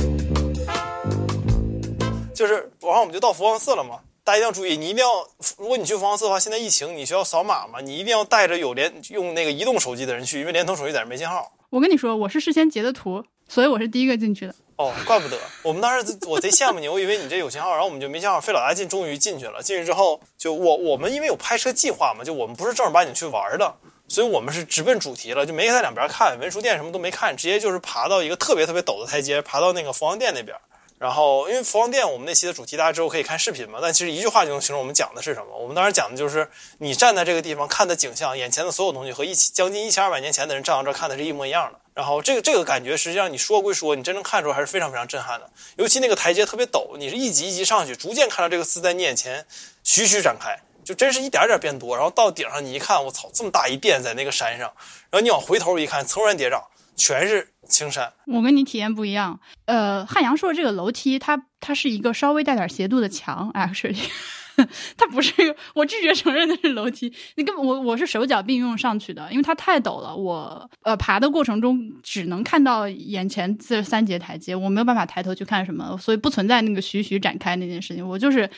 就是晚上我们就到佛光寺了嘛，大家一定要注意，你一定要，如果你去佛光寺的话，现在疫情你需要扫码嘛，你一定要带着有联用那个移动手机的人去，因为联通手机在这没信号。 我跟你说，我是事先截的图，所以我是第一个进去的。 哦，怪不得我们当时我贼羡慕你，我以为你这有信号，然后我们就没信号，费老大劲终于进去了。进去之后，就我我们因为有拍摄计划嘛，就我们不是正儿八经去玩的，所以我们是直奔主题了，就没在两边看文殊殿什么都没看，直接就是爬到一个特别特别陡的台阶，爬到那个佛光殿那边。然后因为佛光殿我们那期的主题大家之后可以看视频嘛，但其实一句话就能形容我们讲的是什么。我们当时讲的就是你站在这个地方看的景象，眼前的所有东西和一起将近一千二百年前的人站到这看的是一模一样的。然后这个这个感觉实际上你说归说，你真正看出来还是非常非常震撼的。尤其那个台阶特别陡，你是一级一级上去，逐渐看到这个寺在你眼前徐徐展开，就真是一点点变多。然后到顶上你一看，我操，这么大一殿在那个山上，然后你往回头一看，层峦叠嶂，全是青山。 我跟你体验不一样。呃，汉阳说的这个楼梯，它它是一个稍微带点斜度的墙 ，actually， 它不是一个，我拒绝承认的是楼梯。你根本我我是手脚并用上去的，因为它太陡了。我呃爬的过程中只能看到眼前这三节台阶，我没有办法抬头去看什么，所以不存在那个徐徐展开那件事情。我就是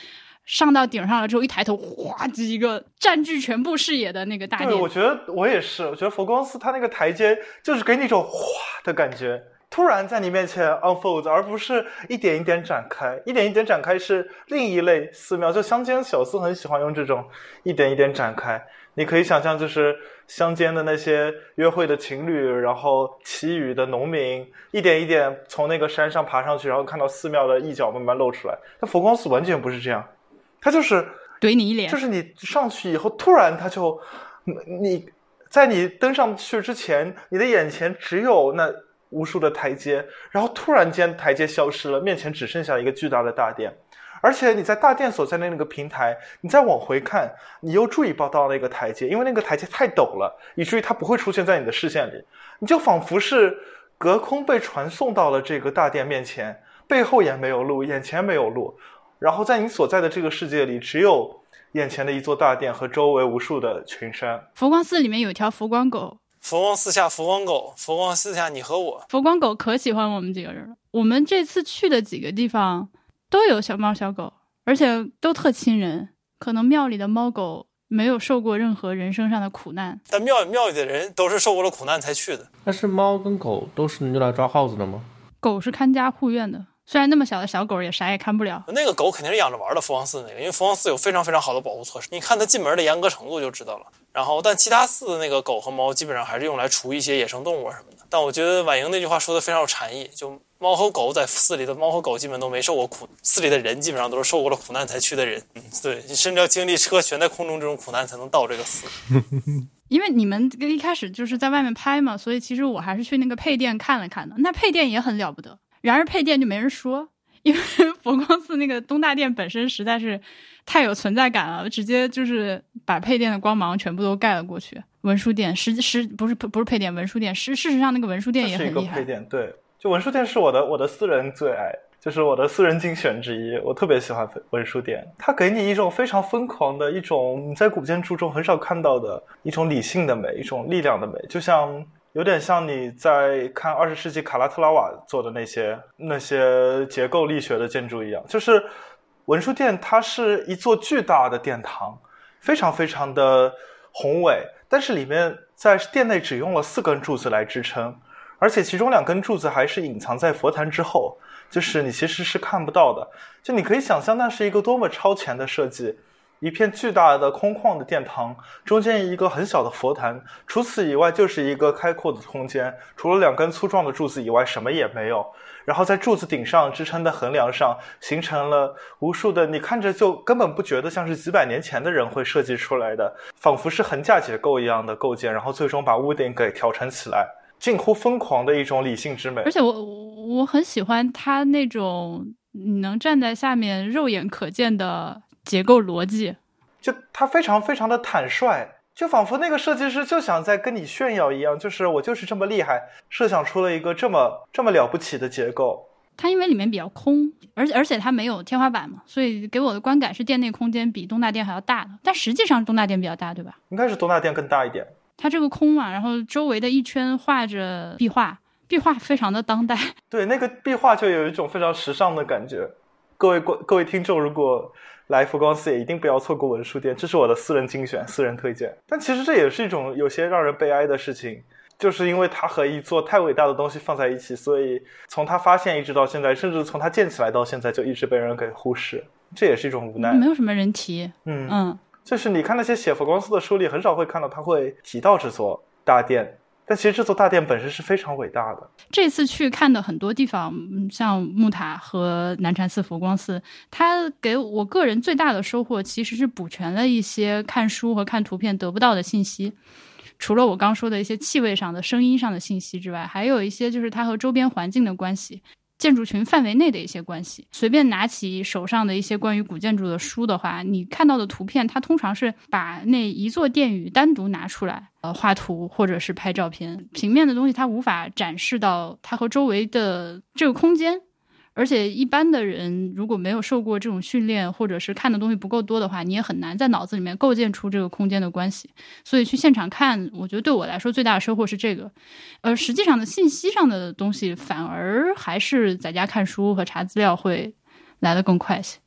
上到顶上了之后，一抬头，哗，一个占据全部视野的那个大殿。 对，我觉得我也是，我觉得佛光寺它那个台阶就是给你一种哗的感觉，突然在你面前 unfold， 而不是一点一点展开。一点一点展开是另一类寺庙，就乡间小寺很喜欢用这种一点一点展开。你可以想象，就是乡间的那些约会的情侣，然后祈雨的农民，一点一点从那个山上爬上去，然后看到寺庙的一角慢慢露出来。但佛光寺完全不是这样，它就是怼你一脸， 就是你上去以后，突然它就，你在你登上去之前，你的眼前只有那无数的台阶，然后突然间台阶消失了，面前只剩下一个巨大的大殿。而且你在大殿所在的那个平台，你再往回看，你又注意不到那个台阶，因为那个台阶太陡了，以至于它不会出现在你的视线里，你就仿佛是隔空被传送到了这个大殿面前，背后也没有路，眼前没有路，然后在你所在的这个世界里，只有眼前的一座大殿和周围无数的群山。 佛光寺里面有一条佛光狗， 佛光寺下佛光狗，佛光寺下你和我。 佛光狗可喜欢我们几个人了。我们这次去的几个地方都有小猫小狗，而且都特亲人。可能庙里的猫狗没有受过任何人生上的苦难， 但庙庙里的人都是受过了苦难才去的。 但是猫跟狗都是用来抓耗子的吗？ 狗是看家护院的，虽然那么小的小狗也啥也看不了。 那个狗肯定是养着玩的，佛光寺那个，因为佛光寺有非常非常好的保护措施，你看它进门的严格程度就知道了。然后但其他寺的那个狗和猫基本上还是用来除一些野生动物什么的。但我觉得婉莹那句话说的非常有禅意，就猫和狗在寺里的猫和狗基本都没受过苦，寺里的人基本上都是受过了苦难才去的人。嗯，对，你甚至要经历车悬在空中这种苦难才能到这个寺。 因为你们一开始就是在外面拍嘛，所以其实我还是去那个配店看了看的。那配店也很了不得，然而配店就没人说，因为佛光寺那个东大殿本身实在是太有存在感了，直接就是把配店的光芒全部都盖了过去。文殊殿实实不是不是配店，文殊殿事事实上那个文殊殿也很厉害。 是一个配店，对，就文殊殿是我的我的私人最爱，就是我的私人精选之一。我特别喜欢文殊殿，它给你一种非常疯狂的一种你在古建筑中很少看到的一种理性的美，一种力量的美，就像有点像你在看二十世纪卡拉特拉瓦做的那些那些结构力学的建筑一样。就是文殊殿它是一座巨大的殿堂，非常非常的宏伟，但是里面在殿内只用了四根柱子来支撑，而且其中两根柱子还是隐藏在佛坛之后，就是你其实是看不到的。就你可以想象那是一个多么超前的设计，一片巨大的空旷的殿堂，中间一个很小的佛坛，除此以外就是一个开阔的空间，除了两根粗壮的柱子以外什么也没有。然后在柱子顶上支撑的横梁上形成了无数的，你看着就根本不觉得像是几百年前的人会设计出来的，仿佛是横架结构一样的构建，然后最终把屋顶给挑成起来，近乎疯狂的一种理性之美。 而且我我很喜欢它那种你能站在下面肉眼可见的结构逻辑， 就它非常非常的坦率，就仿佛那个设计师就想在跟你炫耀一样，就是我就是这么厉害，设想出了一个这么这么了不起的结构。 它因为里面比较空，而且而且它没有天花板嘛，所以给我的观感是殿内空间比东大殿还要大的。但实际上东大殿比较大，对吧？ 应该是东大殿更大一点。 它这个空嘛，然后周围的一圈画着壁画，壁画非常的当代。 对，那个壁画就有一种非常时尚的感觉。各位各位听众，如果来佛光寺也一定不要错过文殊殿，这是我的私人精选，私人推荐。但其实这也是一种有些让人悲哀的事情，就是因为它和一座太伟大的东西放在一起，所以从它发现一直到现在，甚至从它建起来到现在就一直被人给忽视，这也是一种无奈。 没有什么人提。 嗯嗯， 就是你看那些写佛光寺的书里很少会看到他会提到这座大殿，但其实这座大殿本身是非常伟大的。 这次去看的很多地方，像木塔和南禅寺、佛光寺，它给我个人最大的收获其实是补全了一些看书和看图片得不到的信息。除了我刚说的一些气味上的、声音上的信息之外，还有一些就是它和周边环境的关系，建筑群范围内的一些关系。随便拿起手上的一些关于古建筑的书的话，你看到的图片它通常是把那一座殿宇单独拿出来呃，画图或者是拍照片。平面的东西它无法展示到它和周围的这个空间，而且一般的人如果没有受过这种训练，或者是看的东西不够多的话，你也很难在脑子里面构建出这个空间的关系。所以去现场看，我觉得对我来说最大的收获是这个。而实际上的信息上的东西反而还是在家看书和查资料会来得更快些。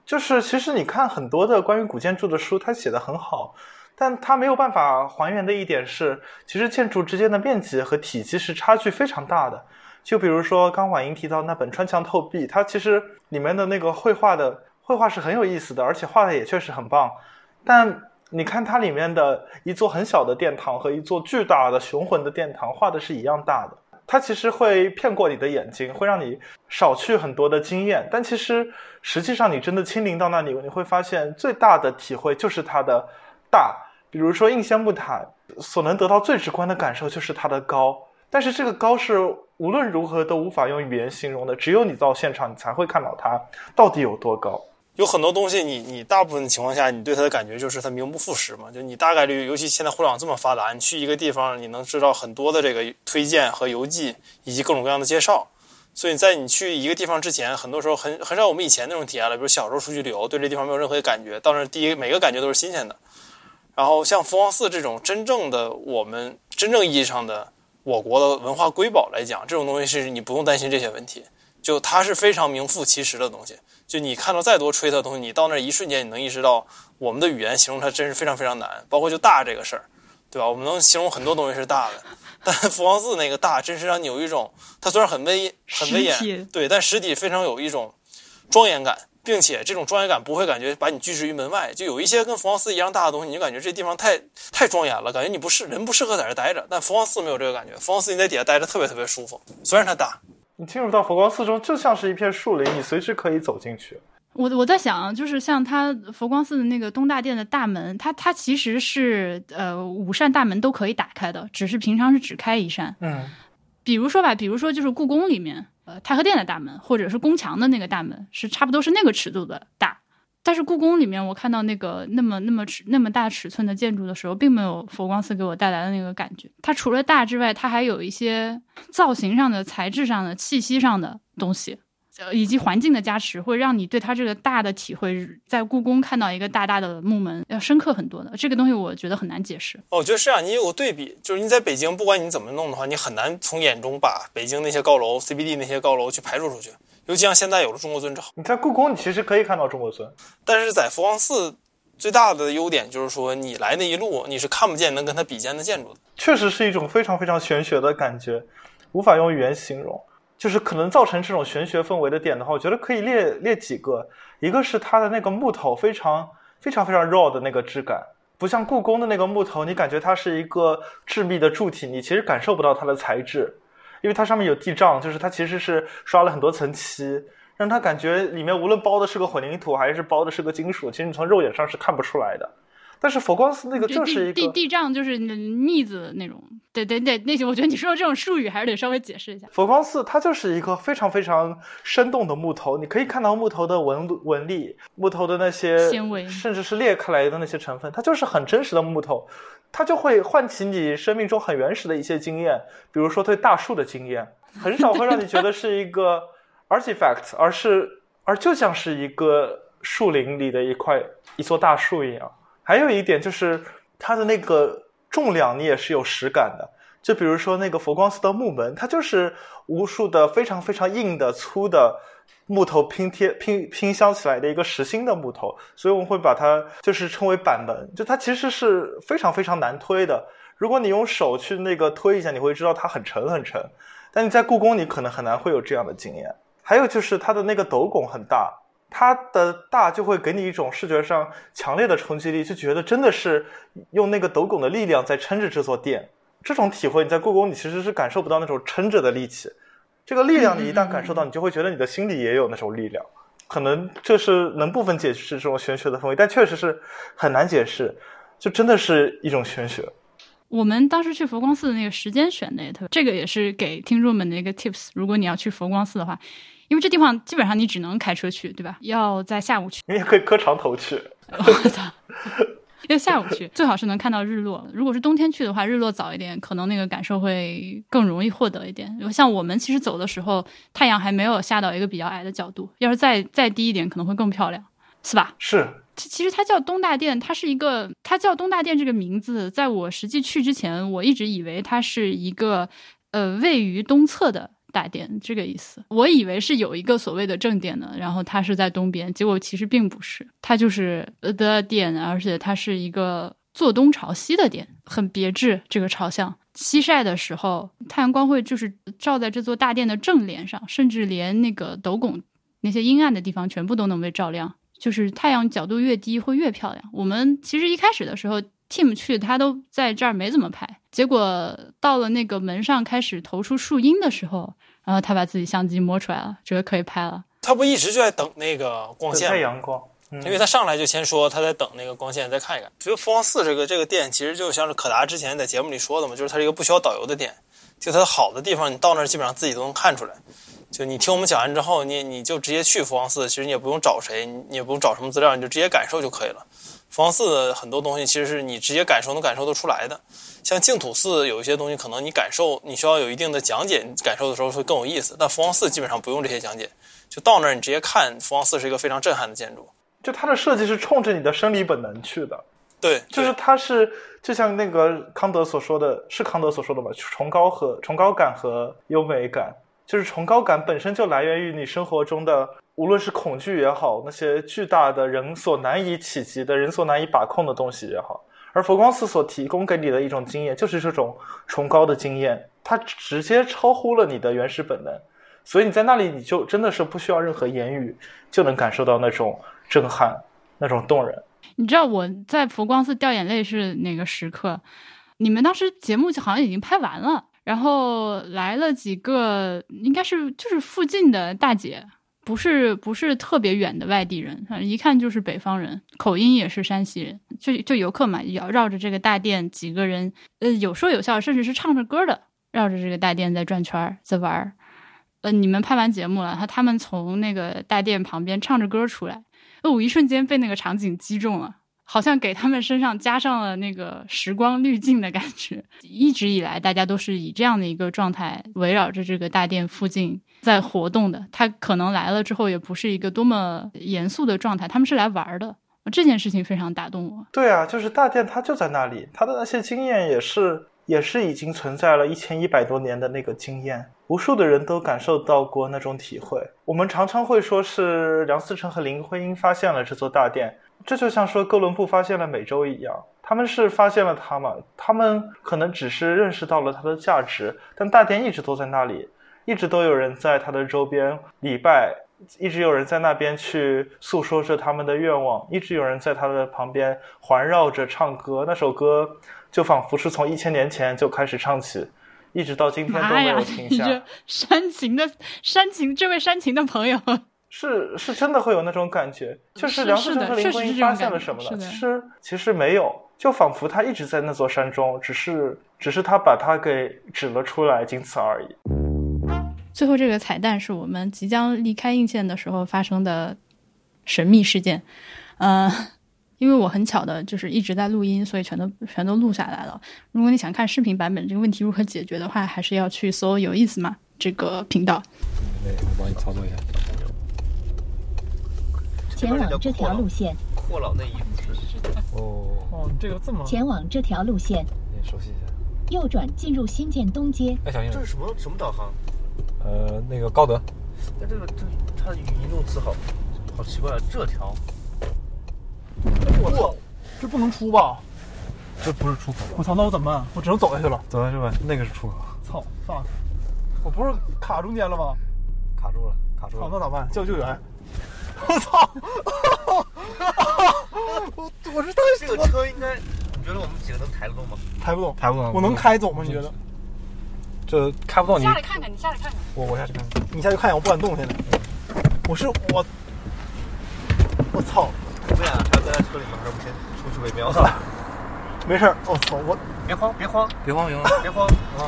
就是其实你看很多的关于古建筑的书，它写的很好，但它没有办法还原的一点是，其实建筑之间的面积和体积是差距非常大的。就比如说刚婉莹提到那本穿墙透壁，它其实里面的那个绘画的绘画是很有意思的，而且画的也确实很棒，但你看它里面的一座很小的殿堂和一座巨大的雄浑的殿堂画的是一样大的，它其实会骗过你的眼睛，会让你少去很多的经验，但其实实际上你真的亲临到那里，你会发现最大的体会就是它的大。比如说应仙木塔所能得到最直观的感受就是它的高，但是这个高是无论如何都无法用语言形容的，只有你到现场你才会看到它到底有多高。 有很多东西你你大部分情况下你对它的感觉就是它名不副实嘛，就你大概率，尤其现在互联网这么发达，你去一个地方你能知道很多的这个推荐和游记以及各种各样的介绍，所以在你去一个地方之前，很多时候很很少我们以前那种体验了，比如小时候出去旅游对这地方没有任何感觉，到那第一每个感觉都是新鲜的。然后像佛光寺这种真正的我们真正意义上的我国的文化瑰宝来讲，这种东西是你不用担心这些问题，就它是非常名副其实的东西。就你看到再多吹它的东西，你到那一瞬间你能意识到我们的语言形容它真是非常非常难，包括就大这个事儿，对吧？我们能形容很多东西是大的，但佛光寺那个大真是让你有一种，它虽然很威很威严，对，但实体非常有一种庄严感，并且这种庄严感不会感觉把你拒之于门外。就有一些跟佛光寺一样大的东西，你就感觉这地方太太庄严了，感觉你不是人不适合在这待着。但佛光寺没有这个感觉，佛光寺你在底下待着特别特别舒服，虽然它大。 你进入到佛光寺中就像是一片树林，你随时可以走进去。 我我在想，就是像它佛光寺的那个东大殿的大门，它它其实是呃五扇大门都可以打开的，只是平常是只开一扇。 嗯， 比如说吧，比如说就是故宫里面呃太和殿的大门，或者是宫墙的那个大门，是差不多是那个尺度的大。但是故宫里面我看到那个那么那么尺那么大尺寸的建筑的时候，并没有佛光寺给我带来的那个感觉。它除了大之外，它还有一些造型上的、材质上的、气息上的东西，以及环境的加持，会让你对它这个大的体会，在故宫看到一个大大的木门要深刻很多的。这个东西我觉得很难解释。 哦，我觉得是这样，你有个对比，就是你在北京，不管你怎么弄的话，你很难从眼中把北京那些高楼 C B D 那些高楼去排除出去。尤其像现在有了中国尊之后， 你在故宫你其实可以看到中国尊， 但是在佛光寺最大的优点就是说，你来那一路你是看不见能跟它比肩的建筑的。 确实是一种非常非常玄学的感觉，无法用语言形容。就是可能造成这种玄学氛围的点的话，我觉得可以列列几个。一个是它的那个木头非常非常非常 raw 的那个质感，不像故宫的那个木头，你感觉它是一个致密的铸体，你其实感受不到它的材质，因为它上面有地障，就是它其实是刷了很多层漆，让它感觉里面无论包的是个混凝土还是包的是个金属，其实你从肉眼上是看不出来的。但是佛光寺那个就是一个地地障，就是腻子那种，对对对，那些我觉得你说的这种术语还是得稍微解释一下。 佛光寺它就是一个非常非常生动的木头，你可以看到木头的纹纹理，木头的那些纤维， 甚至是裂开来的那些成分，它就是很真实的木头，它就会唤起你生命中很原始的一些经验，比如说对大树的经验，很少会让你觉得是一个 artifact， 而是而就像是一个树林里的一块一座大树一样。还有一点就是它的那个重量你也是有实感的，就比如说那个佛光寺的木门，它就是无数的非常非常硬的粗的木头拼贴拼拼镶起来的一个实心的木头，所以我们会把它就是称为板门，就它其实是非常非常难推的，如果你用手去那个推一下，你会知道它很沉很沉，但你在故宫你可能很难会有这样的经验。还有就是它的那个斗拱很大，它的大就会给你一种视觉上强烈的冲击力，就觉得真的是用那个斗拱的力量在撑着这座殿。这种体会你在故宫你其实是感受不到那种撑着的力气，这个力量你一旦感受到，你就会觉得你的心里也有那种力量。可能这是能部分解释这种玄学的氛围，但确实是很难解释，就真的是一种玄学。 我们当时去佛光寺的那个时间选的也特别，这个也是给听众们的一个 tips， 如果你要去佛光寺的话，因为这地方基本上你只能开车去，对吧？要在下午去。 你也可以磕长头去。 我操！要下午去，最好是能看到日落。如果是冬天去的话，日落早一点，可能那个感受会更容易获得一点。像我们其实走的时候，太阳还没有下到一个比较矮的角度，要是再再低一点，可能会更漂亮，是吧？ 是。 其实它叫东大殿，它是一个，它叫东大殿这个名字，在我实际去之前，我一直以为它是一个呃位于东侧的大殿这个意思。我以为是有一个所谓的正殿的，然后它是在东边，结果其实并不是，它就是的殿，而且它是一个坐东朝西的殿，很别致。这个朝向西晒的时候，太阳光会就是照在这座大殿的正脸上，甚至连那个斗拱那些阴暗的地方全部都能被照亮，就是太阳角度越低会越漂亮。我们其实一开始的时候 Tim 去他都在这儿没怎么拍，结果到了那个门上开始投出树荫的时候，然后他把自己相机摸出来了，觉得可以拍了。 他不一直就在等那个光线吗？ 太阳光，嗯， 因为他上来就先说他在等那个光线，再看一看。觉得佛光寺这个这个店其实就像是可达之前在节目里说的嘛，就是它是一个不需要导游的店，就它好的地方你到那儿基本上自己都能看出来。就你听我们讲完之后，你你就直接去佛光寺，其实你也不用找谁，你也不用找什么资料，你就直接感受就可以了。佛光寺的很多东西其实是你直接感受能感受得出来的，像净土寺有一些东西可能你感受你需要有一定的讲解，你感受的时候会更有意思，但佛光寺基本上不用这些讲解，就到那儿你直接看，佛光寺是一个非常震撼的建筑。 就它的设计是冲着你的生理本能去的。 对， 就是它是就像那个康德所说的，是康德所说的吧，崇高和崇高感和优美感，就是崇高感本身就来源于你生活中的无论是恐惧也好，那些巨大的人所难以企及的人所难以把控的东西也好，而佛光寺所提供给你的一种经验就是这种崇高的经验，它直接超乎了你的原始本能，所以你在那里你就真的是不需要任何言语就能感受到那种震撼，那种动人。 你知道我在佛光寺掉眼泪是哪个时刻？你们当时节目好像已经拍完了，然后来了几个应该是就是附近的大姐，不是不是特别远的外地人，一看就是北方人，口音也是山西人，就就游客嘛，绕着这个大殿几个人，呃，有说有笑，甚至是唱着歌的，绕着这个大殿在转圈在玩。呃，你们拍完节目了，他们从那个大殿旁边唱着歌出来，我一瞬间被那个场景击中了，好像给他们身上加上了那个时光滤镜的感觉。一直以来大家都是以这样的一个状态围绕着这个大殿附近在活动的，他可能来了之后也不是一个多么严肃的状态，他们是来玩的，这件事情非常打动我。 对啊，就是大殿它就在那里，它的那些经验也是也是已经存在了一千一百多年的那个经验，无数的人都感受到过那种体会。我们常常会说是梁思成和林徽因发现了这座大殿，这就像说哥伦布发现了美洲一样，他们是发现了它嘛，他们可能只是认识到了它的价值，但大殿一直都在那里，一直都有人在它的周边礼拜，一直有人在那边去诉说着他们的愿望，一直有人在它的旁边环绕着唱歌，那首歌就仿佛是从一千年前就开始唱起，一直到今天都没有停下。 你这煽情的煽情，这位煽情的朋友是是真的会有那种感觉，就是梁思成和林徽因发现了什么呢？其实其实没有，就仿佛他一直在那座山中，只是只是他把它给指了出来，仅此而已。 最后这个彩蛋是我们即将离开应县的时候发生的神秘事件，呃。因为我很巧的就是一直在录音，所以全都全都录下来了。如果你想看视频版本这个问题如何解决的话，还是要去搜有意思吗这个频道。 对，我帮你操作一下。 前往这条路线。 阔老那衣服是。 哦哦，这个这么。 前往这条路线。 你熟悉一下。 右转进入新建东街。 哎，小心。 这是什么什么导航？ 呃，那个高德。 但这个这它语音用词好好奇怪，这条。 我操，这不能出吧？ 这不是出口。 我操，那我怎么办？我只能走下去了。 走下去吧，那个是出口。 操，算了，我不是卡中间了吗？ 卡住了，卡住了。 好，那咋办？叫救援。我操！我我是太这个车应该，你觉得我们几个能抬得动吗？ 抬不动， 抬不动。 我能开走吗？你觉得？ 这开不动你。 下来看看，你下来看看。 我我下去看看。你下去看看，我不敢动现在。我是我，我操！ 我们俩还要在车里吗？还是我们先出去为妙？ 没事儿，我操，我别慌，别慌， 别慌，别慌， 别慌啊！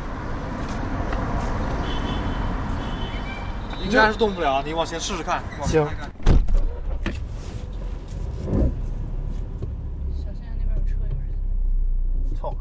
应该是动不了，你往前试试看。 行。 小心那边有车，有人。 操！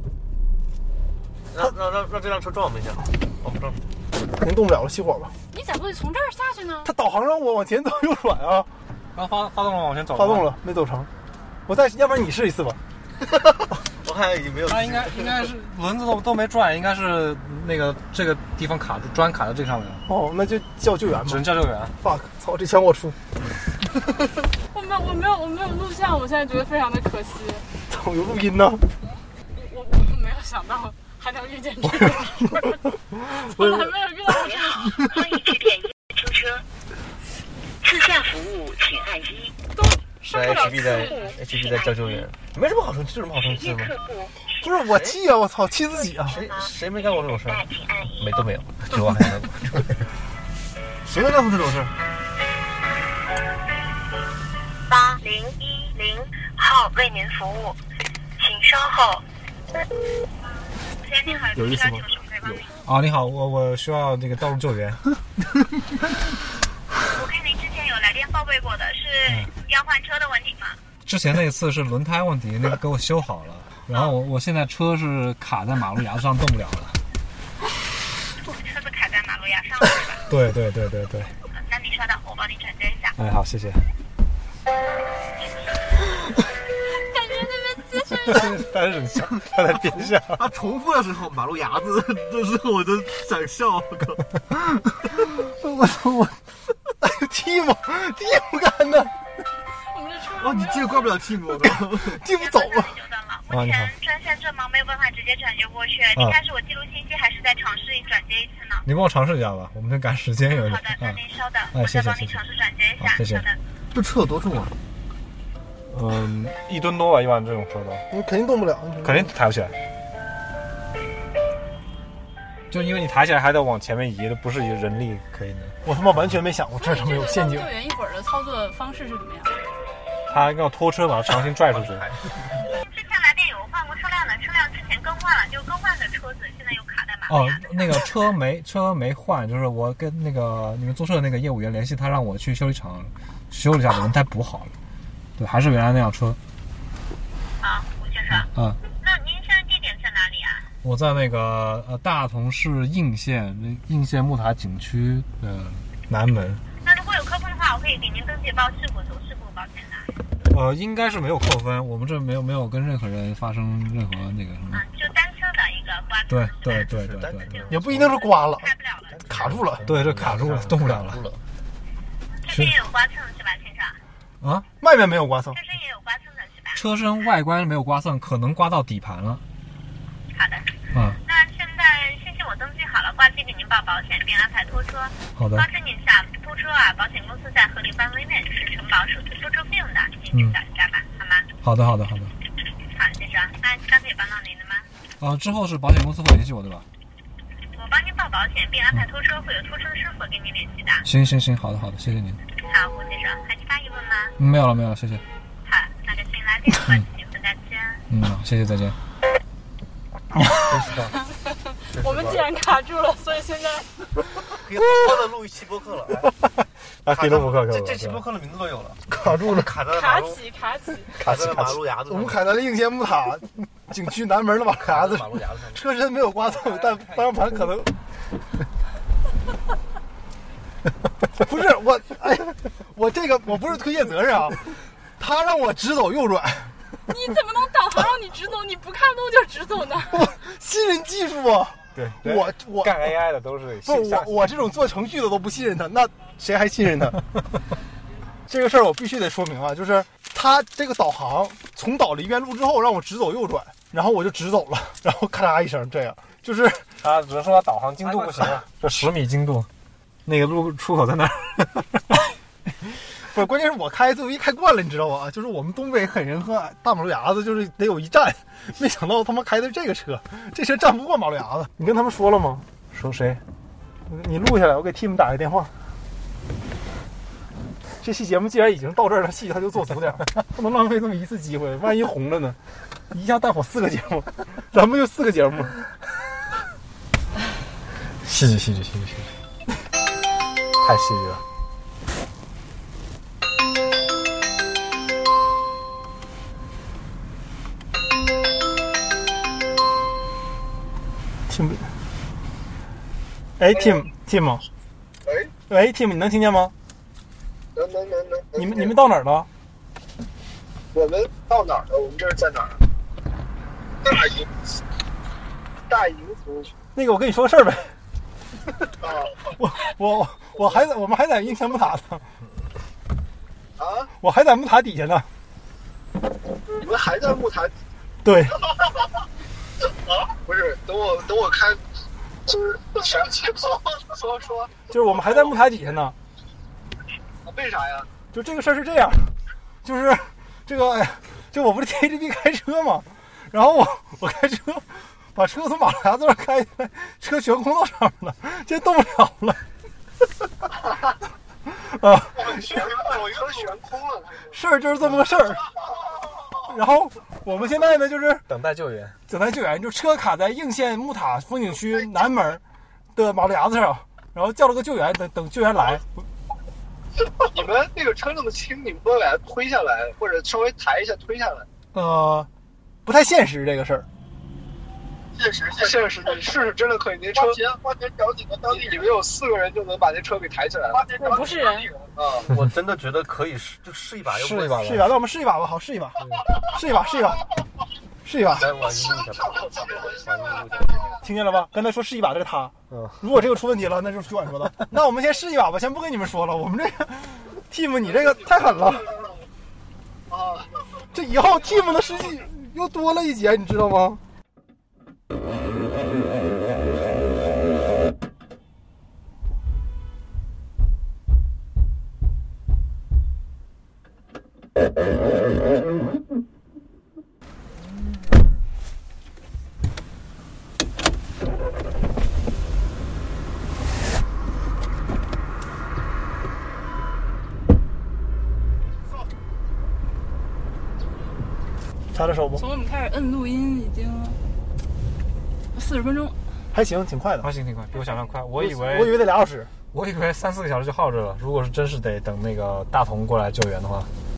让让让让这辆车撞我们一下，我们撞。 肯定动不了了，熄火吧。 你咋不会从这儿下去呢？ 他导航让我往前走右转啊。 刚发发动了，往前走。 发动了，没走成。我再，要不然你试一次吧。 我好像已经没有。 它应该应该是轮子都都没转，应该是那个这个地方卡住，砖卡在这上面了。 哦，那就叫救援吧。 只能叫救援。 fuck， 操，这枪我出。 我没有，我没有，我没有录像，我现在觉得非常的可惜。 操，有录音呢。 我我没有想到还能遇见这个，从来没有遇到过这个。 欢迎致电出车，次下服务请按一。 都上不了 H B 在 H B 在叫救援，没什么好生气，这有什么好生气的吗？不是我气啊！我操，气自己啊！谁谁没干过这种事？没都没有，只有我还干过。谁没干过这种事？ 八零一零号为您服务，请稍后。 有意思吗？有啊，你好，我我需要那个道路救援。 我看您之前有来电报备过的，是要换车的问题吗？ 之前那一次是轮胎问题，那个给我修好了，然后我我现在车是卡在马路牙子上动不了了。 车子卡在马路牙上了是吧？ 对对对对对。 那你稍等，我帮您转接一下。 哎，好，谢谢。 感觉那边接生他很像，他在边下。 他重复的时候，马路牙子的时候，我就想笑。我靠！ 我操我！哎呦，蒂姆，蒂姆干的！ 我们这车哦，你这个怪不了蒂姆的， 蒂姆走了。 目前专线正忙，没有办法直接转接过去。您看是我记录信息，还是再尝试转接一次呢？ 你帮我尝试一下吧，我们这赶时间有点。 好的，那您稍等， 我再帮您尝试转接一下。 谢谢。 稍等。 这车有多重啊？ 嗯，一吨多吧，一般这种车都。 你肯定动不了， 肯定抬不起来。就因为你抬起来还得往前面移，不是人力可以的。我他妈完全没想过这上面有陷阱。 救援一会儿的操作方式是怎么样？ 他要拖车把它强行拽出去。 之前来电有换过车辆的，车辆之前更换了，就更换的车子现在又卡在马路牙子上。 哦，那个车没车没换，就是我跟那个你们租车的那个业务员联系，他让我去修理厂修了一下，把轮胎补好了。对，还是原来那辆车。 啊，吴先生。 嗯。 那您现在地点在哪里啊？ 我在那个呃大同市应县应县木塔景区的南门。 那如果有扣分的话，我可以给您登记报事故，走事故保险的。 呃，应该是没有扣分，我们这没有没有跟任何人发生任何那个什么。 啊，就单车的一个刮。 对对对对对对。 也不一定是刮了， 开不了了， 卡住了。 对，这卡住了，动不了了。 这边也有刮蹭是吧，先生？ 啊， 外面没有刮蹭。 车身也有刮蹭的是吧？ 车身外观没有刮蹭，可能刮到底盘了。 好的。 嗯。 那现在信息我登记好了，挂机给您报保险，并安排拖车。 好的。 告知您一下，拖车啊，保险公司在合理范围内是承保手续拖车费用的，您去找一下吧，好吗？ 好的，好的，好的。 好，先生，那刚才有帮到您的吗？ 呃，之后是保险公司会联系我，对吧？ 我帮您报保险，并安排拖车，会有拖车的师傅跟您联系的。 行行行，好的好的，谢谢您。 好，胡先生，还有其他疑问吗？ 嗯，没有了没有了，谢谢。 好，那就请来电话，请问再见。 嗯，谢谢，再见。 我们既然卡住了，所以现在可以好好的录一期播客了。 啊，可以录播客， 这这期播客的名字都有了。 卡住了， 卡在卡起卡起卡在马路牙子上。 我们卡在了应县木塔景区南门的马路牙子上，车身没有刮蹭，但方向盘可能。不是我，哎，我这个我不是推卸责任啊，他让我直走右转。 你怎么能导航让你直走？你不看路就直走呢？ 信任技术啊！ 对， 我我干 A I 的都是不我我这种做程序的都不信任他，那谁还信任他？这个事儿我必须得说明啊，就是他这个导航从导了一遍路之后，让我直走右转，然后我就直走了，然后咔嚓一声，这样就是他只能说他导航精度不行了， 这十米精度，那个路出口在那儿。不是，关键是我开自由一开惯了，你知道吧？就是我们东北狠人和大马路牙子，就是得有一站，没想到他妈开的这个车，这车站不过马路牙子。你跟他们说了吗？ 说谁？ 你录下来，我给 Tim 打个电话。这期节目既然已经到这儿了，戏他就做足点，不能浪费这么一次机会，万一红了呢？一下带火四个节目，咱们就四个节目。戏剧，戏剧，戏剧，戏剧，太戏剧了。Tim， 哎 ，Tim Tim， 喂喂 ，Tim， 你能听见吗？ 能能能能。 你们你们到哪儿了？ 我们到哪儿了？我们这是在哪儿？ 大营，大营服务区。 那个，我跟你说个事儿呗。 啊， 我我我还在，我们还在应前木塔呢。 啊？ 我还在木塔底下呢。 你们还在木塔？ 对。 啊？不是，等我等我看，就是详细说说说。 就是我们还在木塔底下呢。 为啥呀？ 就这个事儿是这样，就是这个，哎呀，就我不是 T H B 开车嘛，然后我我开车把车从马路牙子上开起来，车悬空到上面了，现在动不了了。啊， 悬，我车悬空了。 事儿就是这么个事儿。然后我们现在呢，就是等待救援， 等待救援，就车卡在应县木塔风景区南门的马路牙子上，然后叫了个救援，等等救援来。 你们那个车那么轻，你们不会把它推下来，或者稍微抬一下推下来？ 呃，不太现实这个事儿。 现实，现实，你试试真的可以。那车花钱花钱找几个当地，你们有四个人就能把那车给抬起来了。 我不是人啊！ 我真的觉得可以试，就试一把， 试一把，试一把。那我们试一把吧，好，试一把，试一把，试一把，试一把。 来，我一录一下， 听见了吧？刚才说试一把，这是他。嗯，如果这个出问题了，那就是徐管说的。那我们先试一把吧，先不跟你们说了。我们这个 team， 你这个太狠了。 啊！ 这以后 team 的实际又多了一节，你知道吗？擦着手不？ 从我们开始摁录音已经四十分钟， 还行，挺快的。 还行，挺快，比我想象快。我以为我以为得俩小时， 我以为三四个小时就耗着了。如果是真是得等那个大同过来救援的话，